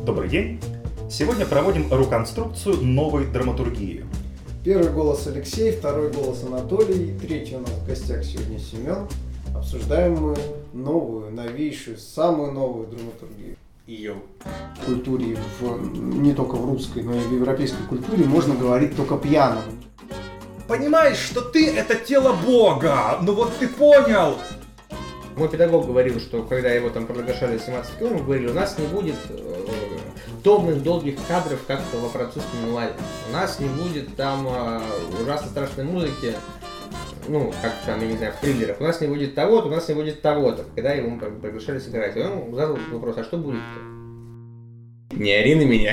Добрый день! Сегодня проводим реконструкцию новой драматургии. Первый голос Алексей, второй голос Анатолий, третий у нас в гостях сегодня Семен. Обсуждаем мы новую, новейшую, самую новую драматургию. В культуре, не только в русской, но и в европейской культуре можно говорить только пьяным. Понимаешь, что ты это тело Бога! Ну вот ты понял! Мой педагог говорил, что когда его там приглашали сниматься в кино, он говорил, у нас не будет томных, долгих кадров, как во французском мелодии. У нас не будет там ужасно страшной музыки, ну, как там, я не знаю, в триллерах. У нас не будет того-то, у нас не будет того-то. Когда его приглашали сыграть, он задал вопрос, а что будет-то? Не ори на меня.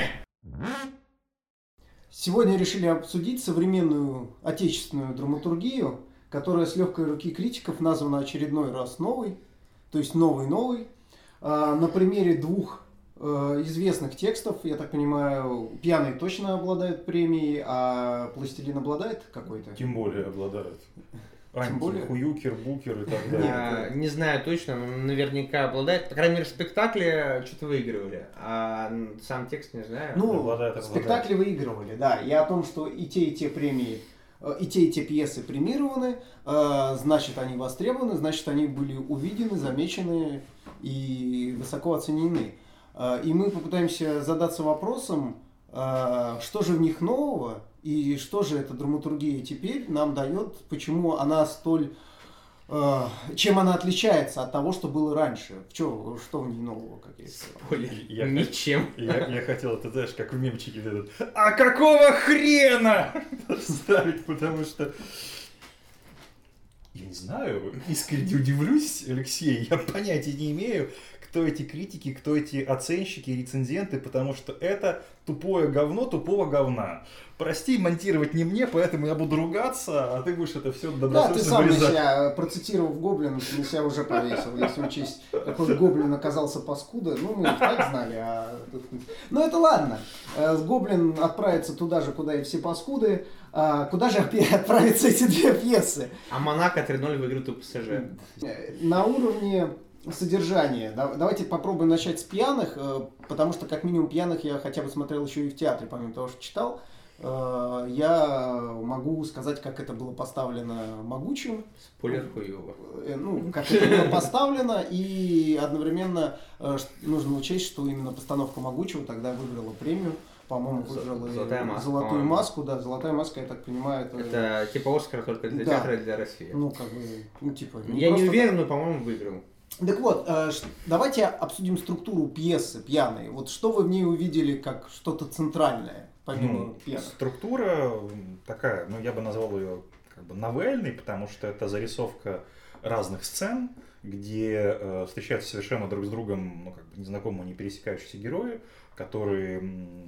Сегодня решили обсудить современную отечественную драматургию, которая с легкой руки критиков названа очередной раз новой, то есть новый-новый. На примере двух известных текстов, я так понимаю, «Пьяный» точно обладает премией, а «Пластилин» обладает какой-то? Тем более обладает. Тем более? Хуюкер, Букер и так далее. Не знаю точно, но наверняка обладает. По крайней мере, в спектакле что-то выигрывали, а сам текст не знаю. Ну, обладает. спектакли выигрывали, да. И о том, что и те премии, и те пьесы премированы, значит, они востребованы, значит, они были увидены, замечены и высоко оценены. И мы попытаемся задаться вопросом, что же в них нового, и что же эта драматургия теперь нам дает, почему она столь... чем она отличается от того, что было раньше? Что в ней нового? Спойлер. Ничем. Я хотел это, знаешь, как в мемчике этот. А какого хрена ставить, потому что... Я не знаю, искренне удивлюсь, Алексей, я понятия не имею, кто эти критики, кто эти оценщики и рецензенты, потому что это тупое говно тупого говна. Прости, монтировать не мне, поэтому я буду ругаться, а ты будешь это все добросовестно вырезать. Да, ты сам вырезать. на себя, процитировав Гоблина, ты на себя уже повесил, если учесть, какой Гоблин оказался паскуда. Ну, мы и так знали. Но это ладно. Гоблин отправится туда же, куда и все паскуды. Куда же отправятся эти две пьесы? А Монако 3-0 выиграет у ПСЖ. На уровне содержания. Давайте попробуем начать с «Пьяных», потому что, как минимум, «Пьяных» я хотя бы смотрел еще и в театре, помимо того, что читал. Я могу сказать, как это было поставлено Могучим. Спойлер хуёво. Ну, как это было поставлено, и одновременно нужно учесть, что именно постановка Могучего тогда выиграла премию. По-моему, выиграла «Золотую маску». Да, «Золотая маска», я так понимаю, это типа «Оскар» только для театра и для России. Ну, как бы, ну, типа... Я не уверен, но, по-моему, выиграл. Так вот, давайте обсудим структуру пьесы «Пьяные». Вот что вы в ней увидели как что-то центральное, помимо «Пьяных»? Структура такая, я бы назвал ее как бы новельной, потому что это зарисовка разных сцен, где встречаются совершенно друг с другом незнакомые, не пересекающиеся герои, которые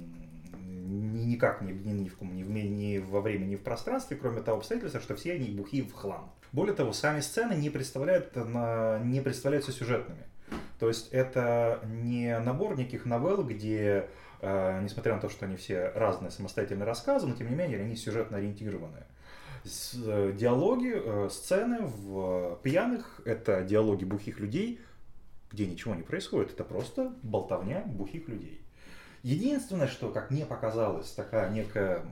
никак ни во времени, ни в пространстве, кроме того обстоятельства, что все они бухие в хлам. Более того, сами сцены не представляются сюжетными. То есть это не набор неких новелл, где, несмотря на то, что они все разные самостоятельные рассказы, но тем не менее они сюжетно ориентированы. Диалоги, сцены в «Пьяных» — это диалоги бухих людей, где ничего не происходит. Это просто болтовня бухих людей. Единственное, что, как мне показалось, такая некая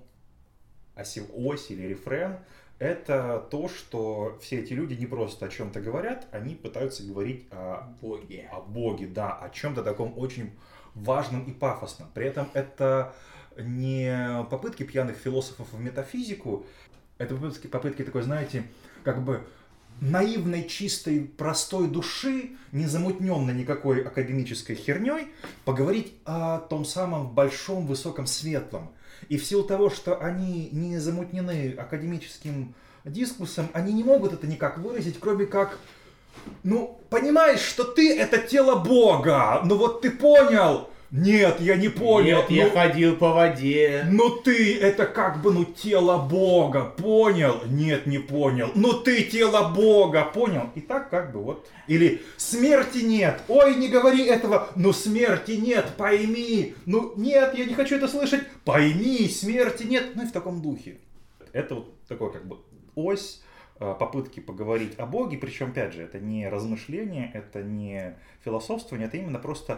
ось или рефрен, это то, что все эти люди не просто о чем-то говорят, они пытаются говорить о Боге, да, о чем-то таком очень важном и пафосном. При этом это не попытки пьяных философов в метафизику, это попытки такой, знаете, как бы наивной, чистой, простой души, не замутненной никакой академической херней, поговорить о том самом большом, высоком, светлом. И в силу того, что они не замутнены академическим дискурсом, они не могут это никак выразить, кроме как, понимаешь, что ты это тело Бога, вот ты понял? Нет, я не понял. Нет, я ходил по воде. Ты это как бы, тело Бога, понял? Нет, не понял. Ты тело Бога, понял? И так как бы вот. Или смерти нет. Ой, не говори этого. Смерти нет, пойми. Нет, я не хочу это слышать. Пойми, смерти нет. И в таком духе. Это вот такой как бы ось попытки поговорить о Боге. Причем, опять же, это не размышление, это не философствование, это именно просто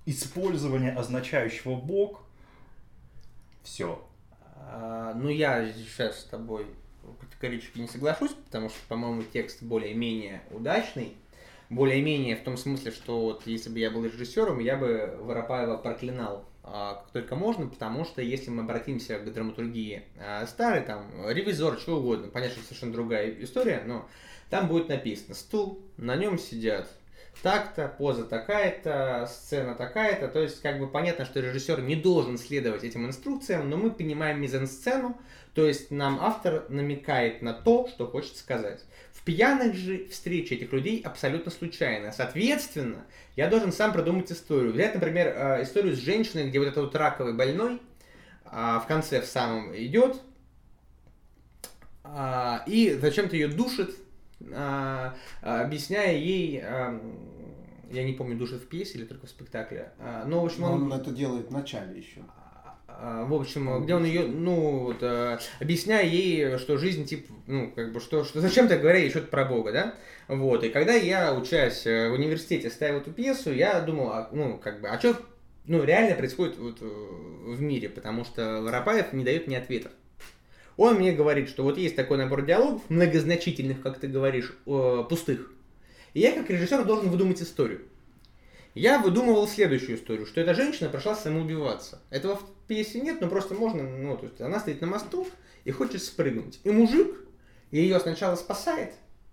использование означающего Бог, все. Ну, я сейчас с тобой категорически не соглашусь, потому что, по-моему, текст более-менее удачный. Более-менее в том смысле, что вот если бы я был режиссером, я бы Воропаева проклинал как только можно, потому что если мы обратимся к драматургии старой, там, ревизор, чего угодно, понятно, что совершенно другая история, но там будет написано: стул, на нем сидят так-то, поза такая-то, сцена такая-то. То есть, как бы понятно, что режиссер не должен следовать этим инструкциям, но мы понимаем мизансцену, то есть нам автор намекает на то, что хочет сказать. В пьяных же встречи этих людей абсолютно случайно. Соответственно, я должен сам продумать историю. Взять, например, историю с женщиной, где вот этот вот раковый больной в конце в самом идет и зачем-то ее душит, объясняя ей, я не помню, душит в пьесе или только в спектакле, но в общем он это делает в начале еще. В общем, где он ее, объясняя ей, что жизнь, типа, что зачем-то говоря ей что-то про Бога, да? Вот, и когда я, учась в университете, ставил эту пьесу, я думал, что, реально происходит вот в мире, потому что Воропаев не дает мне ответов. Он мне говорит, что вот есть такой набор диалогов, многозначительных, как ты говоришь, пустых, и я, как режиссер, должен выдумать историю. Я выдумывал следующую историю, что эта женщина пришла самоубиваться. Этого в пьесе нет, но просто можно, то есть она стоит на мосту и хочет спрыгнуть. И мужик ее сначала спасает,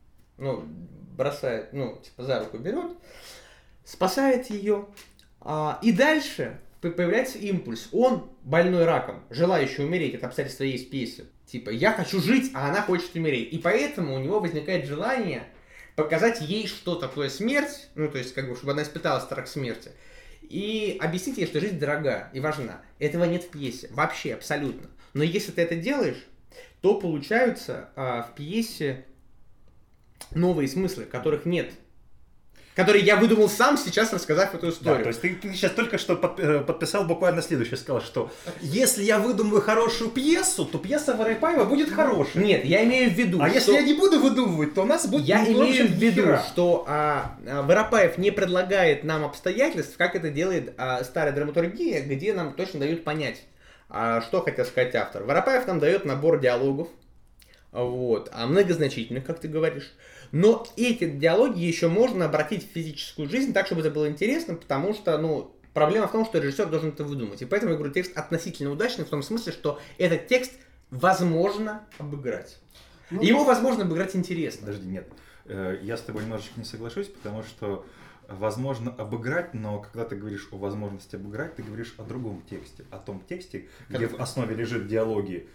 бросает, за руку берет, спасает ее, и дальше появляется импульс. Он больной раком, желающий умереть, это обстоятельство есть в пьесе. Типа, я хочу жить, а она хочет умереть. И поэтому у него возникает желание показать ей, что такое смерть, чтобы она испытала страх смерти, и объяснить ей, что жизнь дорога и важна. Этого нет в пьесе, вообще, абсолютно. Но если ты это делаешь, то получаются в пьесе новые смыслы, которых нет. Которые я выдумал сам, сейчас рассказав эту историю. Да, то есть ты сейчас только что подписал буквально следующее, сказал, что если я выдумаю хорошую пьесу, то пьеса Воропаева будет хорошей. Нет, я имею в виду, если я не буду выдумывать, то у нас будет... Я имею в виду, что Воропаев не предлагает нам обстоятельств, как это делает старая драматургия, где нам точно дают понять, что хотел сказать автор. Воропаев нам дает набор диалогов, многозначительных, как ты говоришь. Но эти диалоги еще можно обратить в физическую жизнь так, чтобы это было интересно, потому что, проблема в том, что режиссер должен это выдумать. И поэтому я говорю, текст относительно удачный в том смысле, что этот текст возможно обыграть. Его возможно обыграть интересно. Подожди, нет. Я с тобой немножечко не соглашусь, потому что возможно обыграть, но когда ты говоришь о возможности обыграть, ты говоришь о другом тексте. О том тексте, где в основе лежат диалоги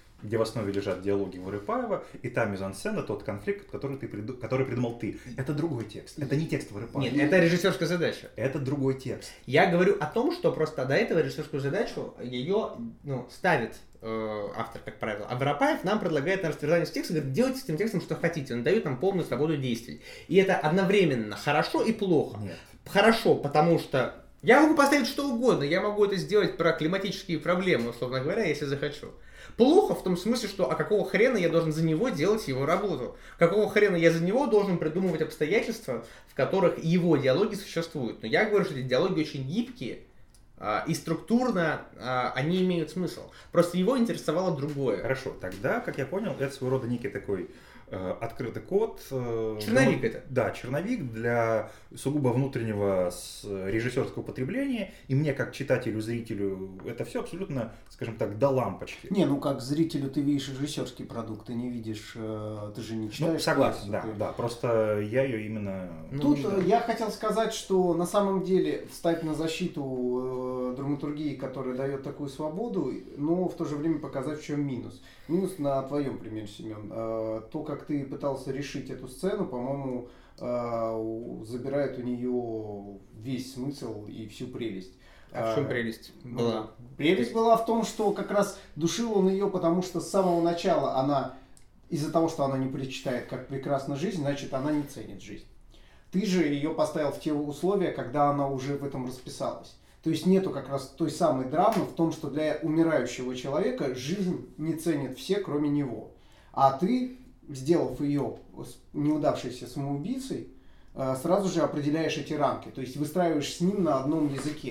Воропаева, и та мизансцена, тот конфликт, который придумал ты. Это другой текст. Это не текст Воропаева. Нет, это режиссерская задача. Это другой текст. Я говорю о том, что просто до этого режиссерскую задачу ее ставит автор, как правило. А Воропаев нам предлагает на растерзание с текстом, говорит, делайте с этим текстом что хотите. Он дает нам полную свободу действий. И это одновременно хорошо и плохо. Нет. Хорошо, потому что я могу поставить что угодно. Я могу это сделать про климатические проблемы, условно говоря, если захочу. Плохо в том смысле, что какого хрена я должен за него делать его работу? Какого хрена я за него должен придумывать обстоятельства, в которых его диалоги существуют? Но я говорю, что эти диалоги очень гибкие, и структурно они имеют смысл. Просто его интересовало другое. Хорошо, тогда, как я понял, это своего рода некий такой открытый код. Черновик это. Да, черновик для сугубо внутреннего режиссерского потребления. И мне, как читателю, зрителю, это все абсолютно, скажем так, до лампочки. Как зрителю ты видишь режиссерский продукт, ты не видишь, ты же не читаешь. Согласен, да, просто я ее именно... Тут я хотел сказать, что на самом деле встать на защиту драматургии, которая дает такую свободу, но в то же время показать, в чем минус. Минус на твоем примере, Семен. То, как ты пытался решить эту сцену, по-моему, забирает у нее весь смысл и всю прелесть. А в чем прелесть была? Прелесть была в том, что как раз душил он ее, потому что с самого начала она, из-за того, что она не прочитает, как прекрасна жизнь, значит, она не ценит жизнь. Ты же ее поставил в те условия, когда она уже в этом расписалась. То есть нету как раз той самой драмы в том, что для умирающего человека жизнь не ценит все, кроме него. А ты, сделав ее неудавшейся самоубийцей, сразу же определяешь эти рамки. То есть выстраиваешь с ним на одном языке.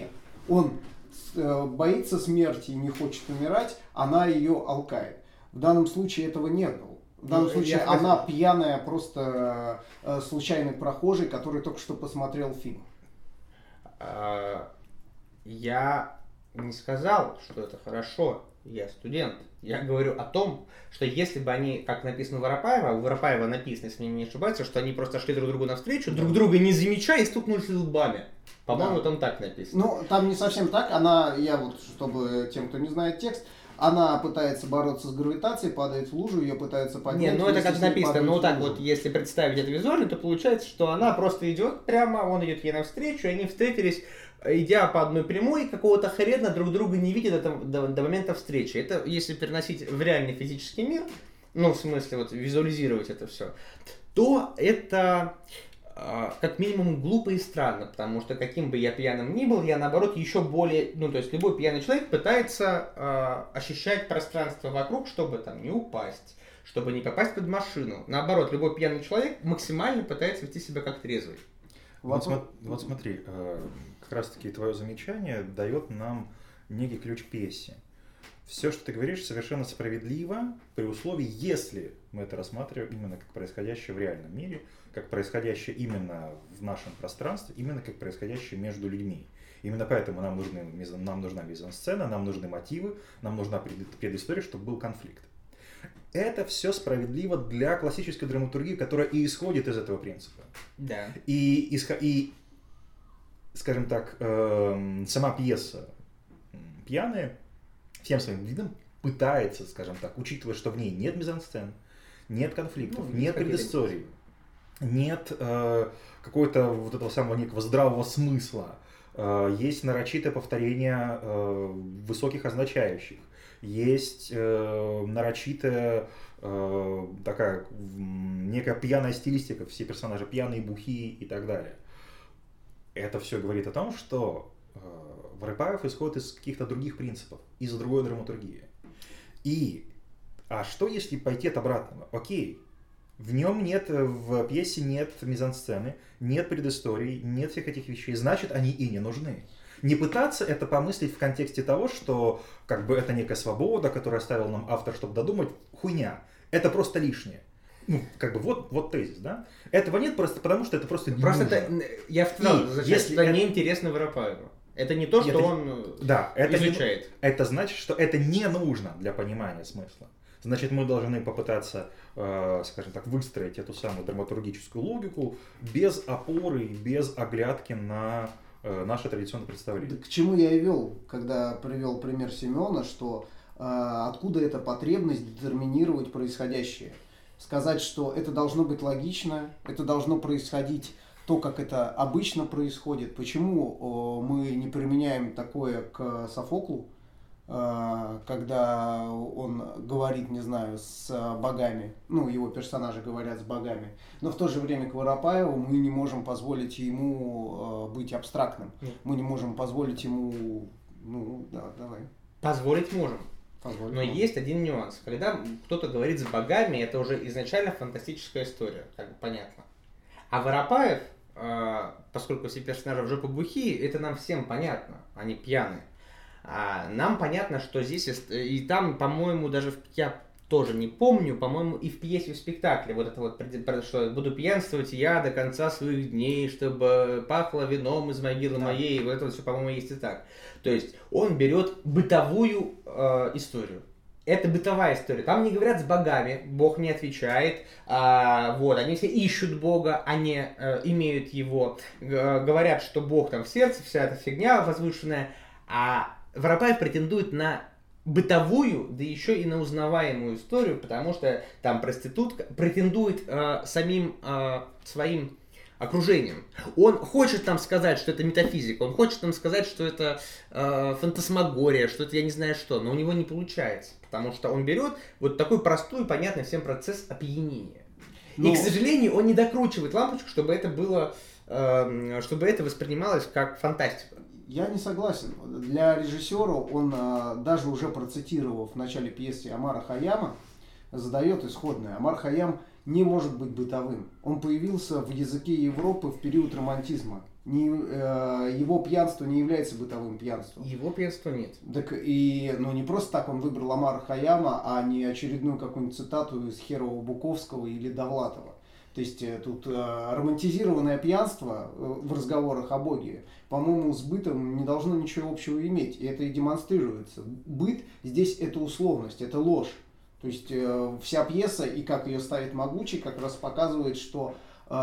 он боится смерти и не хочет умирать, она ее алкает. В данном случае этого не было. В данном случае она пьяная, просто случайный прохожий, который только что посмотрел фильм. Я не сказал, что это хорошо. Я студент. Я говорю о том, что если бы они, как написано у Воропаева написано, если мне не ошибается, что они просто шли друг другу навстречу, друг друга не замечая и стукнулись лбами. По-моему, там так написано. Ну, там не совсем так. Чтобы тем, кто не знает текст, она пытается бороться с гравитацией, падает в лужу, ее пытаются поднять. Не, ну это как написано, но так вот, если представить это визуально, то получается, что она просто идет прямо, он идет ей навстречу, и они встретились, идя по одной прямой, какого-то хрена друг друга не видят до момента встречи. Это если переносить в реальный физический мир, ну в смысле вот визуализировать это все, то это как минимум глупо и странно, потому что каким бы я пьяным ни был, я наоборот еще более, ну то есть любой пьяный человек пытается ощущать пространство вокруг, чтобы там не упасть, чтобы не попасть под машину. Наоборот, любой пьяный человек максимально пытается вести себя как трезвый. Вот смотри, как раз таки твое замечание дает нам некий ключ к пьесе. Все, что ты говоришь, совершенно справедливо, при условии, если мы это рассматриваем именно как происходящее в реальном мире, как происходящее именно в нашем пространстве, именно как происходящее между людьми. Именно поэтому нам нужна мизансцена, нам нужны мотивы, нам нужна предыстория, чтобы был конфликт. Это все справедливо для классической драматургии, которая и исходит из этого принципа. Да. И скажем так, сама пьеса «Пьяные» всем своим видом пытается, скажем так, учитывая, что в ней нет мизансцен, нет конфликтов, нет предыстории, нет какого-то вот этого самого некого здравого смысла, есть нарочитое повторение высоких означающих, есть нарочитая такая некая пьяная стилистика, все персонажи пьяные, бухие и так далее. Это все говорит о том, что Воропаев исходит из каких-то других принципов, из другой драматургии. А что если пойти от обратного? Окей, в пьесе нет мизансцены, нет предыстории, нет всех этих вещей, значит, они и не нужны. Не пытаться это помыслить в контексте того, что как бы это некая свобода, которую оставил нам автор, чтобы додумать, хуйня. Это просто лишнее. Ну, как бы вот тезис, да? Этого нет просто потому, что это просто не нужно. Я сказал, если это неинтересно Воропаеву. Это не то, что он изучает. Это значит, что это не нужно для понимания смысла. Значит, мы должны попытаться, скажем так, выстроить эту самую драматургическую логику без опоры, без оглядки на наше традиционное представление. К чему я и вел, когда привел пример Семена, что откуда эта потребность детерминировать происходящее. Сказать, что это должно быть логично, это должно происходить то, как это обычно происходит. Почему мы не применяем такое к Софоклу, когда он говорит, не знаю, с богами, ну, его персонажи говорят с богами, но в то же время к Воропаеву мы не можем позволить ему быть абстрактным. Мы не можем позволить ему... Ну, да, давай. Позволить можем. Но есть один нюанс. Когда кто-то говорит с богами, это уже изначально фантастическая история, как бы понятно. А Воропаев, поскольку все персонажи в жопу бухие, это нам всем понятно, они пьяные. Нам понятно, что здесь и там, по-моему, даже я тоже не помню, по-моему, и в пьесе, и в спектакле вот это вот, что буду пьянствовать я до конца своих дней, чтобы пахло вином из могилы моей, вот это вот все, по-моему, есть и так. То есть он берет бытовую историю. Это бытовая история. Там не говорят с богами, Бог не отвечает. Они все ищут Бога, они имеют его. Говорят, что Бог там в сердце, вся эта фигня возвышенная. А Воропаев претендует на бытовую, да еще и на узнаваемую историю, потому что там проститутка претендует самим своим окружением. Он хочет там сказать, что это метафизика, он хочет там сказать, что это фантасмагория, что это я не знаю что, но у него не получается, потому что он берет вот такой простой, понятный всем процесс опьянения. И, к сожалению, он не докручивает лампочку, чтобы это было, чтобы это воспринималось как фантастика. Я не согласен. Для режиссера он, даже уже процитировав в начале пьесы Омара Хайяма, задает исходное. Омар Хайям не может быть бытовым. Он появился в языке Европы в период романтизма. его пьянство не является бытовым пьянством. Его пьянства нет. Так и, не просто так он выбрал Омара Хайяма, а не очередную какую-нибудь цитату из Херова Буковского или Довлатова. То есть тут романтизированное пьянство в разговорах о Боге, по-моему, с бытом не должно ничего общего иметь. И это и демонстрируется. Быт здесь это условность, это ложь. То есть вся пьеса и как ее ставит Могучий как раз показывает, что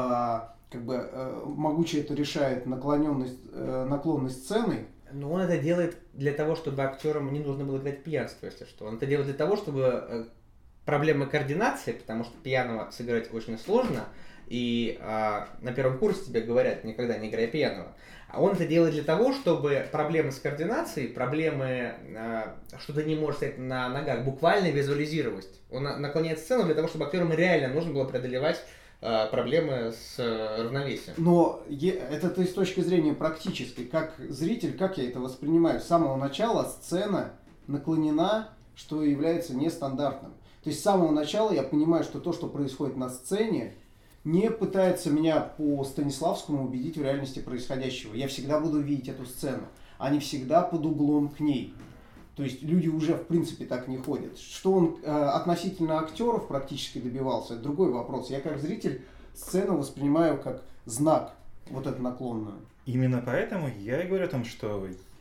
Могучий это решает наклонность сцены. Но он это делает для того, чтобы актерам не нужно было играть пьянство, если что. Он это делает для того, чтобы проблемы координации, потому что пьяного сыграть очень сложно, и на первом курсе тебе говорят, никогда не играй пьяного. А он это делает для того, чтобы проблемы с координацией, проблемы, что ты не можешь стоять на ногах, буквально визуализировать. Он наклоняет сцену для того, чтобы актерам реально нужно было преодолевать проблемы с равновесием. Но это с точки зрения практической. Как зритель, как я это воспринимаю? С самого начала сцена наклонена, что является нестандартным. То есть с самого начала я понимаю, что то, что происходит на сцене, не пытается меня по Станиславскому убедить в реальности происходящего. Я всегда буду видеть эту сцену, а не всегда под углом к ней. То есть люди уже в принципе так не ходят. Что он относительно актеров практически добивался, это другой вопрос. Я как зритель сцену воспринимаю как знак, вот эту наклонную. Именно поэтому я и говорю о том, что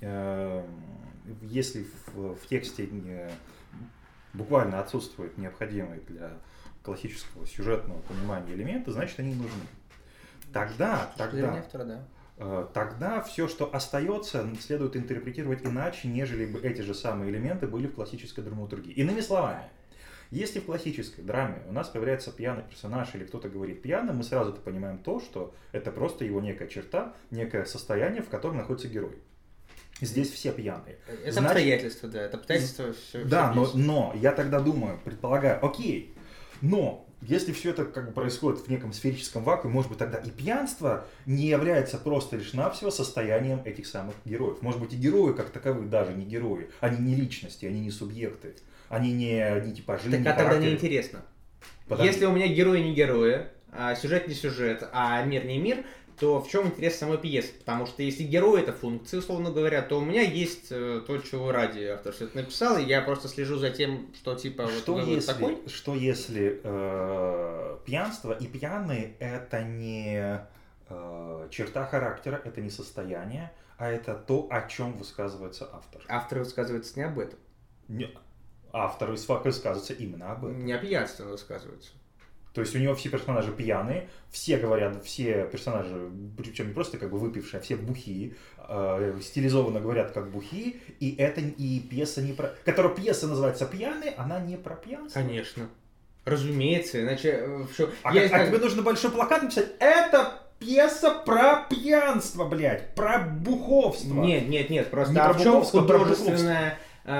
если в тексте буквально отсутствуют необходимые для классического сюжетного понимания элементы, значит они не нужны. Тогда все, что остается, следует интерпретировать иначе, нежели бы эти же самые элементы были в классической драматургии. Иными словами, если в классической драме у нас появляется пьяный персонаж или кто-то говорит пьяным, мы сразу-то понимаем то, что это просто его некая черта, некое состояние, в котором находится герой. Здесь все пьяные. Это обстоятельства, да, это обстоятельства. Да, но я тогда думаю, предполагаю, окей, но если все это происходит в неком сферическом вакууме, может быть, тогда и пьянство не является просто лишь навсего состоянием этих самых героев. Может быть, и герои как таковые даже не герои, они не личности, они не субъекты, они не типажи, так, не а характеры. тогда неинтересно. Если у меня герои не герои, а сюжет не сюжет, а мир не мир, то в чем интерес самой пьесы? Потому что если герой это функция, условно говоря, то у меня есть то, чего ради автор все это написал, и я просто слежу за тем, что типа что если, такой. Что если пьянство и пьяные это не черта характера, это не состояние, а это то, о чем высказывается автор. Автор высказывается не об этом. Автор высказывается именно об этом. Не о пьянстве высказывается. То есть у него все персонажи пьяные, все говорят, все персонажи, причем не просто выпившие, а все бухие, стилизованно говорят как бухие, и пьеса не про... Которая пьеса называется «Пьяные», она не про пьянство. Конечно. Разумеется, иначе... тебе нужно большой плакат написать «Это пьеса про пьянство, блядь, про буховство». Нет, просто в чем художественная...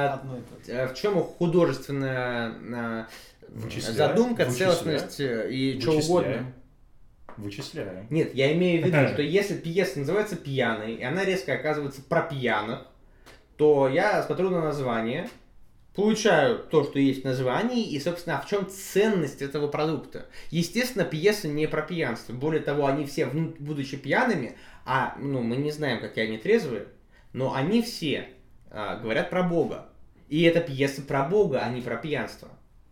В чем художественная... задумка, целостность и что угодно. Вычисляем. Нет, я имею в виду, что если пьеса называется «Пьяный», и она резко оказывается про пьяных, то я смотрю на название, получаю то, что есть в названии, и, собственно, в чем ценность этого продукта. Естественно, пьеса не про пьянство. Более того, они все, будучи пьяными, мы не знаем, какие они трезвые, но они все говорят про Бога. И эта пьеса про Бога, а не про пьянство.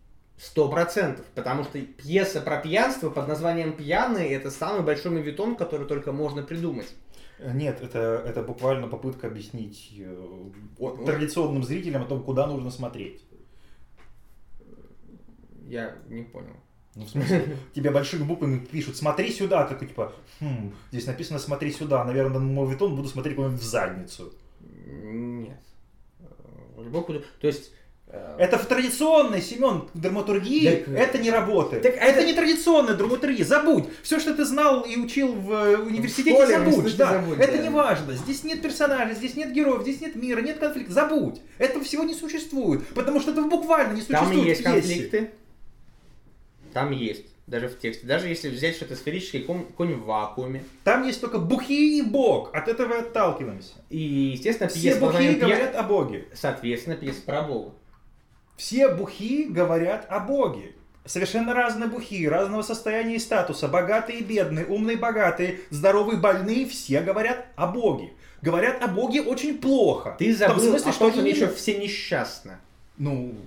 100%, потому что пьеса про пьянство под названием «Пьяный» — это самый большой моветон, который только можно придумать. Нет, это буквально попытка объяснить традиционным зрителям о том, куда нужно смотреть. Я не понял. В смысле, тебе большими буквами пишут «смотри сюда», такой здесь написано «смотри сюда», наверное, на моветон буду смотреть куда-нибудь в задницу. Нет. То есть... Это в традиционной, Семен, драматургии это не работает. Это не традиционная драматургия, забудь. Все, что ты знал и учил в университете, забудь. Это не важно. Здесь нет персонажей, здесь нет героев, здесь нет мира, нет конфликта. Забудь. Этого всего не существует, потому что этого буквально не существует. Там есть конфликты. Там есть. Даже в тексте. Даже если взять что-то сферическое, конь в вакууме. Там есть только бухие и Бог. От этого отталкиваемся. И, естественно, все бухие говорят о Боге. Соответственно, пьеса про Бога. Все бухие говорят о Боге. Совершенно разные бухие, разного состояния и статуса, богатые и бедные, умные и богатые, здоровые, больные, все говорят о Боге. Говорят о Боге очень плохо. Ты забыл в смысле, о том, что они они еще все несчастны. Ну...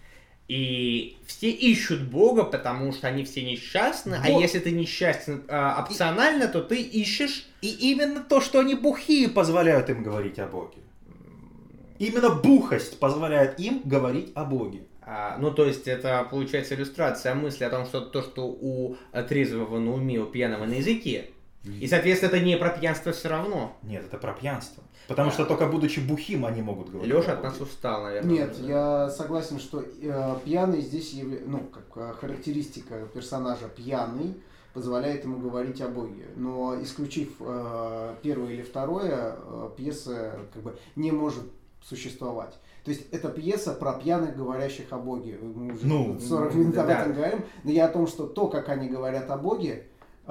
И все ищут Бога, потому что они все несчастны, а если ты несчастен опционально, то ты ищешь... И именно то, что они бухие, позволяют им говорить о Боге. Именно бухость позволяет им говорить о Боге. Ну, то есть, это, получается, иллюстрация мысли о том, что то, что у трезвого на уме, у пьяного на языке. И, соответственно, это не про пьянство все равно. Нет, это про пьянство. Потому что только будучи бухим, они могут говорить. Леша от нас устал, наверное. Нет, я согласен, что пьяный здесь, как характеристика персонажа пьяный, позволяет ему говорить о Боге. Но исключив первое или второе, пьеса как бы не может существовать. То есть это пьеса про пьяных, говорящих о Боге. Мы уже 40 минут об этом говорим. Но я о том, что то, как они говорят о Боге,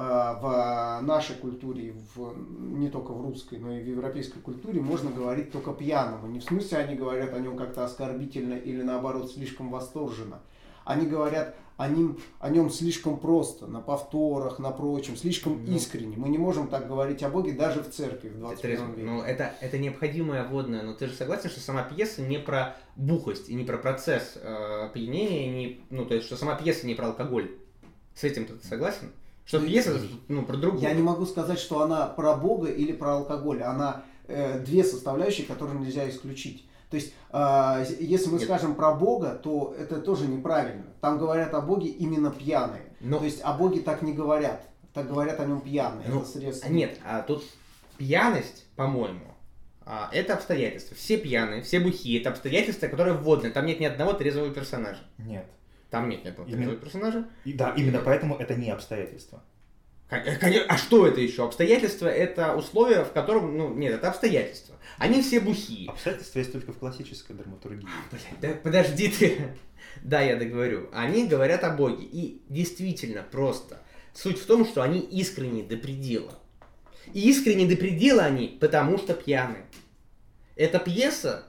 в нашей культуре, не только в русской, но и в европейской культуре, можно говорить только пьяному. Не в смысле они говорят о нем как-то оскорбительно или наоборот слишком восторженно. Они говорят о нем слишком просто, на повторах, на прочем, слишком искренне. Мы не можем так говорить о Боге даже в церкви в 21 веке. Ну, это необходимое вводное, но ты же согласен, что сама пьеса не про бухость и не про процесс опьянения, то есть, что сама пьеса не про алкоголь. С этим ты согласен? Что пьеса, про другую. Я не могу сказать, что она про Бога или про алкоголь. Она две составляющие, которые нельзя исключить. То есть, если мы скажем про Бога, то это тоже неправильно. Там говорят о Боге именно пьяные. То есть, о Боге так не говорят. Так говорят о нем пьяные. Это средство. Нет, тут пьяность, по-моему, это обстоятельства. Все пьяные, все бухие. Это обстоятельства, которые вводные. Там нет ни одного трезвого персонажа. Нет. Там нет ни одного трезвого персонажа. Да, именно поэтому это не обстоятельства. А что это еще? Обстоятельства — это условия, в котором... нет, это обстоятельства. Они все бухие. Обстоятельства есть только в классической драматургии. Да подожди ты. Да, я договорю. Они говорят о Боге. И действительно просто. Суть в том, что они искренни до предела. И искренни до предела они, потому что пьяны. Эта пьеса...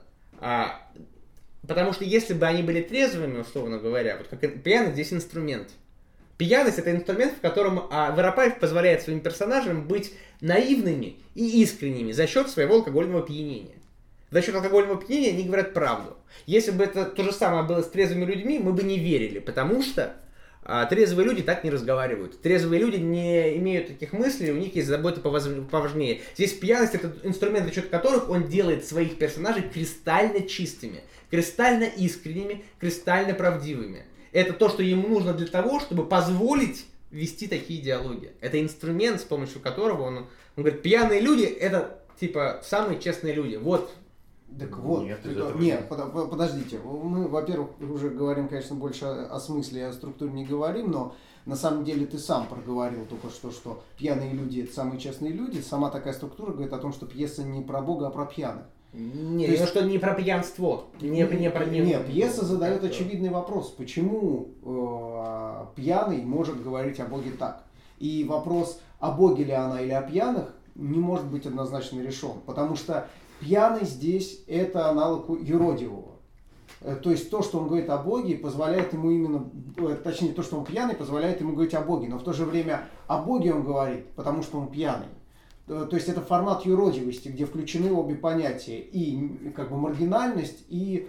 потому что если бы они были трезвыми, условно говоря, вот как пьяный здесь инструмент. Пьяность — это инструмент, в котором Воропаев позволяет своим персонажам быть наивными и искренними за счет своего алкогольного опьянения. За счет алкогольного опьянения они говорят правду. Если бы это то же самое было с трезвыми людьми, мы бы не верили, потому что трезвые люди так не разговаривают. Трезвые люди не имеют таких мыслей, у них есть заботы поважнее. Здесь пьяность — это инструмент, за счет которых он делает своих персонажей кристально чистыми, кристально искренними, кристально правдивыми. Это то, что ему нужно для того, чтобы позволить вести такие диалоги. Это инструмент, с помощью которого он говорит, пьяные люди — это типа самые честные люди. Вот. Так вот, нет, подождите. Мы, во-первых, уже говорим, конечно, больше о смысле и о структуре не говорим, но на самом деле ты сам проговорил только что пьяные люди — это самые честные люди. Сама такая структура говорит о том, что пьеса не про Бога, а про пьяных. Нет, что не про пьянство. Нет, пьеса задает очевидный вопрос. Почему пьяный может говорить о Боге так? И вопрос, о Боге ли она или о пьяных, не может быть однозначно решен. Потому что пьяный здесь — это аналог юродивого. То есть то, что он говорит о Боге, позволяет ему именно, точнее, то, что он пьяный, позволяет ему говорить о Боге. Но в то же время о Боге он говорит, потому что он пьяный. То есть это формат юродивости, где включены обе понятия, и как бы маргинальность, и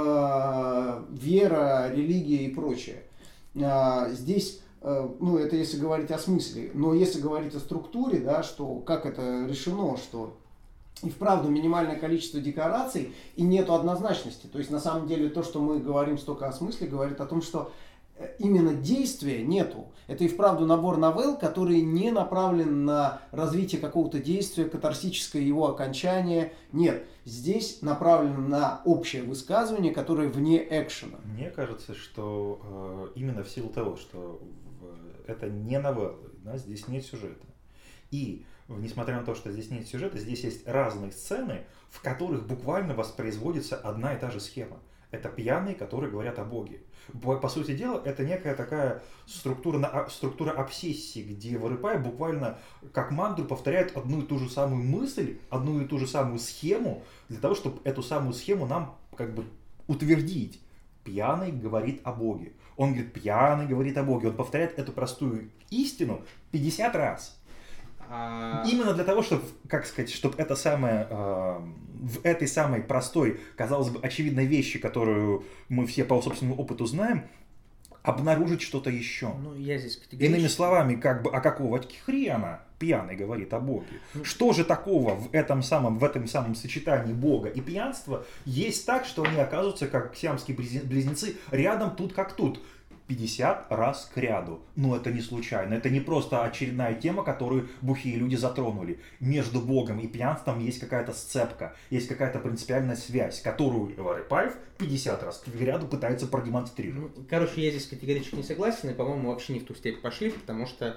вера, религия и прочее. Здесь, это если говорить о смысле, но если говорить о структуре, да, что как это решено, что и вправду минимальное количество декораций, и нету однозначности. То есть на самом деле то, что мы говорим столько о смысле, говорит о том, что именно действия нету. Это и вправду набор новелл, который не направлен на развитие какого-то действия, катарсическое его окончание. Нет, здесь направлено на общее высказывание, которое вне экшена. Мне кажется, что именно в силу того, что это не новеллы, да, здесь нет сюжета. И несмотря на то, что здесь нет сюжета, здесь есть разные сцены, в которых буквально воспроизводится одна и та же схема. Это пьяные, которые говорят о Боге. По сути дела, это некая такая структура обсессии, где Воропаев буквально как мантру повторяет одну и ту же самую мысль, одну и ту же самую схему, для того, чтобы эту самую схему нам как бы утвердить. пьяный говорит о Боге. Он говорит, пьяный говорит о Боге. Он повторяет эту простую истину 50 раз. Именно для того, чтобы, как сказать, чтобы это самое, в этой самой простой, казалось бы, очевидной вещи, которую мы все по собственному опыту знаем, обнаружить что-то еще. Ну, я здесь Иными словами, как бы, а какого хрена пьяный говорит о Боге? Что же такого в этом самом сочетании Бога и пьянства есть так, что они оказываются, как сиамские близнецы, рядом тут как тут? 50 раз к ряду. Но это не случайно. Это не просто очередная тема, которую бухие люди затронули. Между Богом и пьянством есть какая-то сцепка, есть какая-то принципиальная связь, которую Рыпаев 50 раз к ряду пытается продемонстрировать. Короче, я здесь категорически не согласен, и, по-моему, вообще не в ту степь пошли, потому что,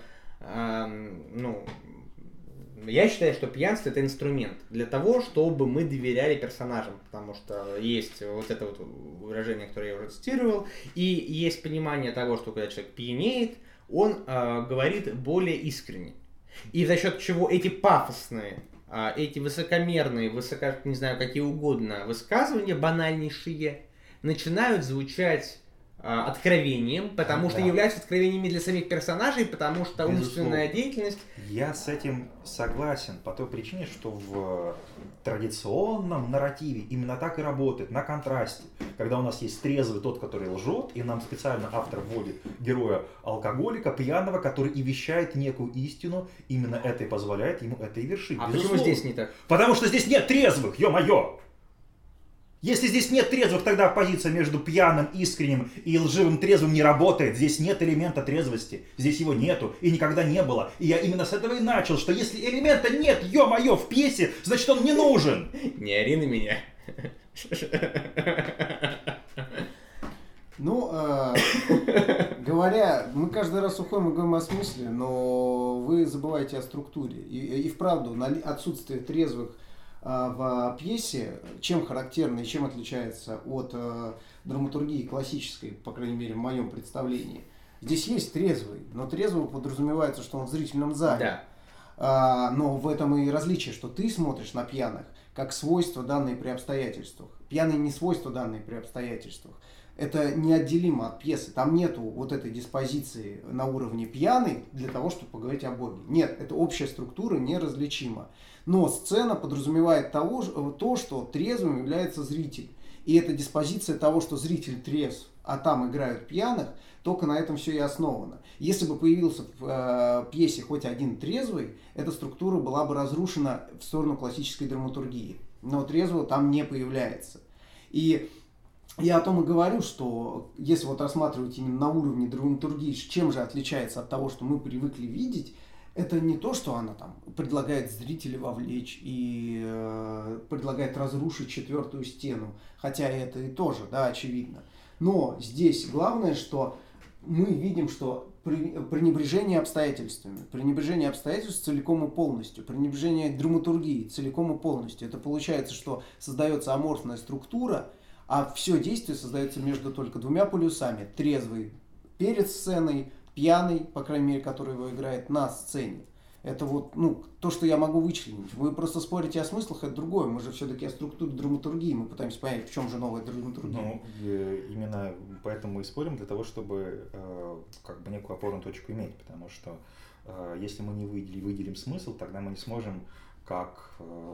я считаю, что пьянство — это инструмент для того, чтобы мы доверяли персонажам, потому что есть вот это вот выражение, которое я уже цитировал, и есть понимание того, что когда человек пьянеет, он говорит более искренне. И за счет чего эти пафосные, эти высокомерные, не знаю, какие угодно высказывания, банальнейшие, начинают звучать откровением, потому что являются откровениями для самих персонажей, потому что умственная деятельность... Я с этим согласен по той причине, что в традиционном нарративе именно так и работает, на контрасте. Когда у нас есть трезвый тот, который лжет, и нам специально автор вводит героя-алкоголика, пьяного, который и вещает некую истину, именно это и позволяет ему это и вершить. А почему здесь не так? Потому что здесь нет трезвых, ё-моё! Если здесь нет трезвых, тогда позиция между пьяным, искренним и лживым трезвым не работает. Здесь нет элемента трезвости. Здесь его нету и никогда не было. И я именно с этого и начал, что если элемента нет, ё-моё, в пьесе, значит он не нужен. Не ори на меня. Ну, говоря, мы каждый раз уходим и говорим о смысле, но вы забываете о структуре. И вправду, отсутствие трезвых в пьесе, чем характерно и чем отличается от драматургии классической, по крайней мере, в моем представлении. Здесь есть трезвый, но трезвый подразумевается, что он в зрительном зале. Да. Но в этом и различие, что ты смотришь на пьяных как свойства, данные при обстоятельствах. Пьяные не свойства, данные при обстоятельствах. Это неотделимо от пьесы. Там нету вот этой диспозиции на уровне пьяный для того, чтобы поговорить о Боге. Нет, это общая структура неразличима. Но сцена подразумевает то, что трезвым является зритель. И эта диспозиция того, что зритель трезв, а там играют пьяных, только на этом все и основано. Если бы появился в пьесе хоть один трезвый, эта структура была бы разрушена в сторону классической драматургии. Но трезвого там не появляется. И я о том и говорю, что если вот рассматривать именно на уровне драматургии, чем же отличается от того, что мы привыкли видеть, это не то, что она там предлагает зрителя вовлечь и предлагает разрушить четвертую стену, хотя это и тоже, да, очевидно. Но здесь главное, что мы видим, что пренебрежение обстоятельствами целиком и полностью, пренебрежение драматургии целиком и полностью. Это получается, что создается аморфная структура, а все действие создается между только двумя полюсами. Трезвый перед сценой, пьяный, по крайней мере, который его играет на сцене. Это вот, то, что я могу вычленить. Вы просто спорите о смыслах, это другое. Мы же все-таки о структуре драматургии. Мы пытаемся понять, в чем же новая драматургия. Именно поэтому мы и спорим, для того, чтобы как бы некую опорную точку иметь. Потому что если мы не выделим смысл, тогда мы не сможем как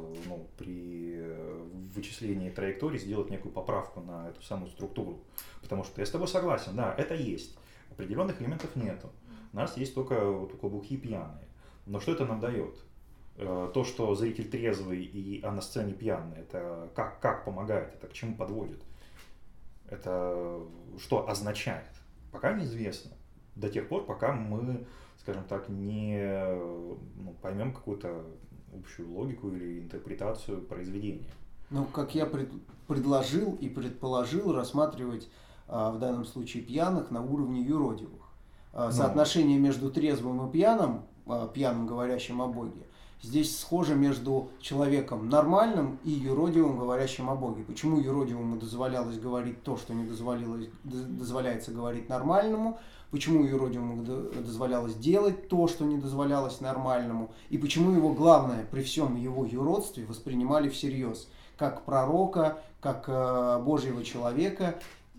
при вычислении траектории сделать некую поправку на эту самую структуру. Потому что я с тобой согласен, да, это есть. Определенных элементов нету. У нас есть только бухие пьяные. Но что это нам дает? То, что зритель трезвый, а на сцене пьяный, это как помогает, это к чему подводит? Это что означает? Пока неизвестно. До тех пор, пока мы, скажем так, не поймем какую-то общую логику или интерпретацию произведения. Как я предложил и предположил рассматривать в данном случае пьяных на уровне юродивых. Соотношение между трезвым и пьяным, говорящим о Боге, здесь схоже между человеком нормальным и юродивым, говорящим о Боге. Почему юродивому дозволялось говорить то, что не дозволяется говорить нормальному? Почему юродивому дозволялось делать то, что не дозволялось нормальному? И почему его главное, при всем его юродстве, воспринимали всерьез? Как пророка, как Божьего человека,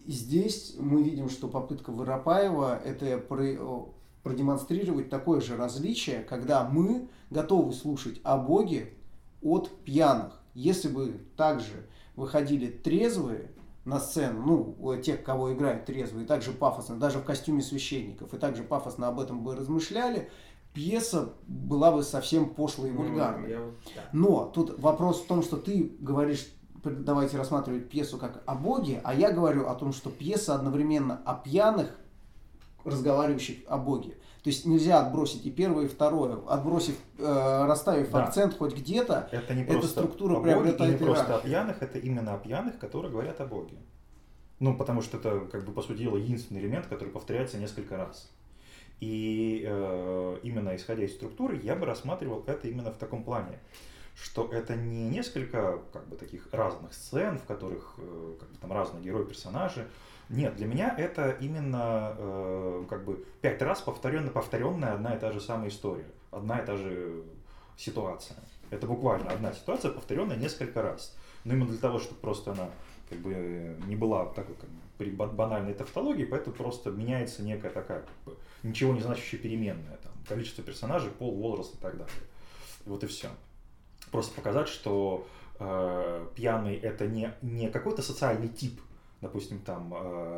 здесь мы видим, что попытка Воропаева это продемонстрировать такое же различие, когда мы готовы слушать о Боге от пьяных. Если бы также выходили трезвые на сцену, ну, тех, кого играют трезвые, также пафосно, даже в костюме священников, и также пафосно об этом бы размышляли, пьеса была бы совсем пошлой и вульгарной. Но тут вопрос в том, что ты говоришь, давайте рассматривать пьесу как о Боге, а я говорю о том, что пьеса одновременно о пьяных, разговаривающих о Боге. То есть нельзя отбросить и первое, и второе. Расставив акцент хоть где-то, это не просто структура о Боге, приобретает не просто о пьяных, это именно о пьяных, которые говорят о Боге. Ну, потому что это, как бы, по сути дела, единственный элемент, который повторяется несколько раз. И именно исходя из структуры, я бы рассматривал это именно в таком плане, что это не несколько, как бы, таких разных сцен, в которых, как бы, там разные герои, персонажи. Нет, для меня это именно как бы 5 раз повторенная одна и та же самая история, одна и та же ситуация. Это буквально одна ситуация, повторенная несколько раз. Но именно для того, чтобы просто она, как бы, не была такой, как бы, при банальной тавтологии, поэтому просто меняется некая такая, как бы, ничего не значащая переменная, там, количество персонажей, пол, возраст и так далее. Вот и все. Просто показать, что пьяный это не какой-то социальный тип, допустим, там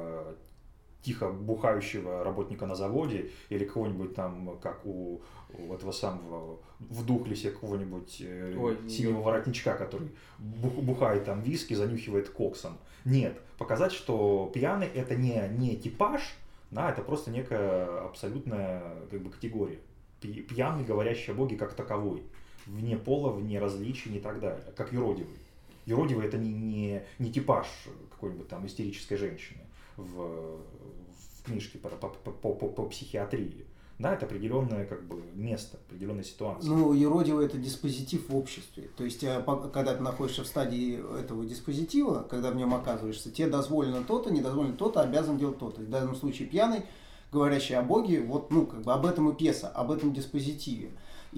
тихо бухающего работника на заводе или кого-нибудь там, как у этого самого в Духлесе какого-нибудь синего воротничка, который бухает там виски, занюхивает коксом. Нет, показать, что пьяный это не типаж, да, это просто некая абсолютная, как бы, категория. Пьяный, говорящий о Боге как таковой, вне пола, вне различий и так далее, как юродивый. Юродивый это не типаж какой-нибудь там истерической женщины в книжке по психиатрии. Да, это определенное, как бы, место, определенная ситуация. Ну, юродивый это диспозитив в обществе. То есть, когда ты находишься в стадии этого диспозитива, когда в нем оказываешься, тебе дозволено то-то, не дозволено то-то, обязан делать то-то. В данном случае пьяный, говорящий о Боге, вот, ну, как бы об этом и пьеса, об этом диспозитиве.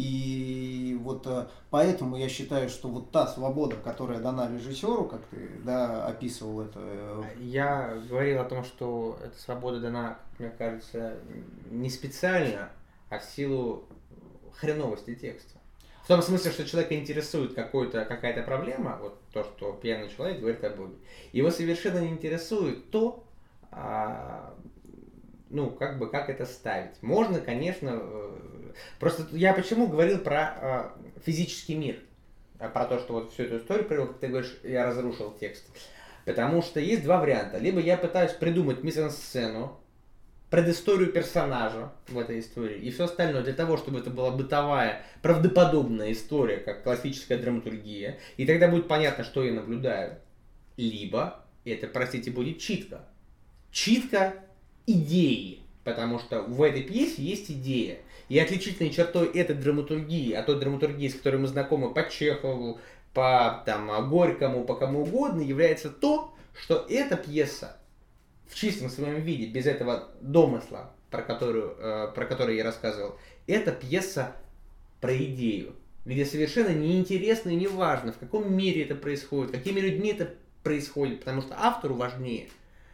И вот поэтому я считаю, что вот та свобода, которая дана режиссеру, как ты, да, описывал это. Я говорил о том, что эта свобода дана, мне кажется, не специально, а в силу хреновости текста. В том смысле, что человека интересует какая-то проблема, вот то, что пьяный человек говорит о Боге. Его совершенно не интересует то, ну, как бы, как это ставить. Можно, конечно, просто я почему говорил про физический мир, про то, что вот всю эту историю привел, как ты говоришь, я разрушил текст. Потому что есть два варианта. Либо я пытаюсь придумать мизансцену, предысторию персонажа в этой истории и все остальное для того, чтобы это была бытовая, правдоподобная история, как классическая драматургия, и тогда будет понятно, что я наблюдаю. Либо это, простите, будет читка. Читка идеи, потому что в этой пьесе есть идея. И отличительной чертой этой драматургии, от той драматургии, с которой мы знакомы по Чехову, по там, Горькому, по кому угодно, является то, что эта пьеса в чистом своем виде, без этого домысла, про который я рассказывал, это пьеса про идею, где совершенно неинтересно и не важно, в каком мире это происходит, какими людьми это происходит, потому что автору важнее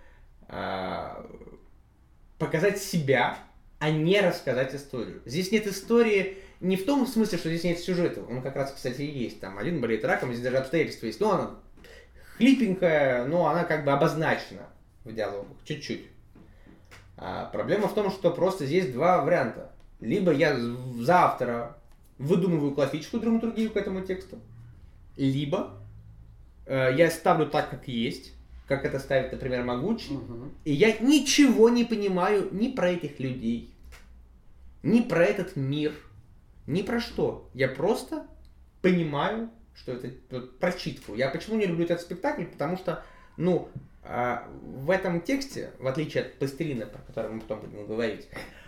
показать себя, а не рассказать историю. Здесь нет истории не в том смысле, что здесь нет сюжета. Он как раз, кстати, и есть. Там один болеет раком, здесь даже обстоятельства есть. Но она хлипенькая, но она как бы обозначена в диалогах. Чуть-чуть. Проблема в том, что просто здесь два варианта. Либо я за автора выдумываю классическую драматургию к этому тексту, либо я ставлю так, как есть, как это ставит, например, Могучий, и я ничего не понимаю ни про этих людей, ни про этот мир, ни про что. Я просто понимаю, что это вот, прочитку. Я почему не люблю этот спектакль? Потому что, ну, в этом тексте, в отличие от «Пластилина», про который мы потом будем говорить,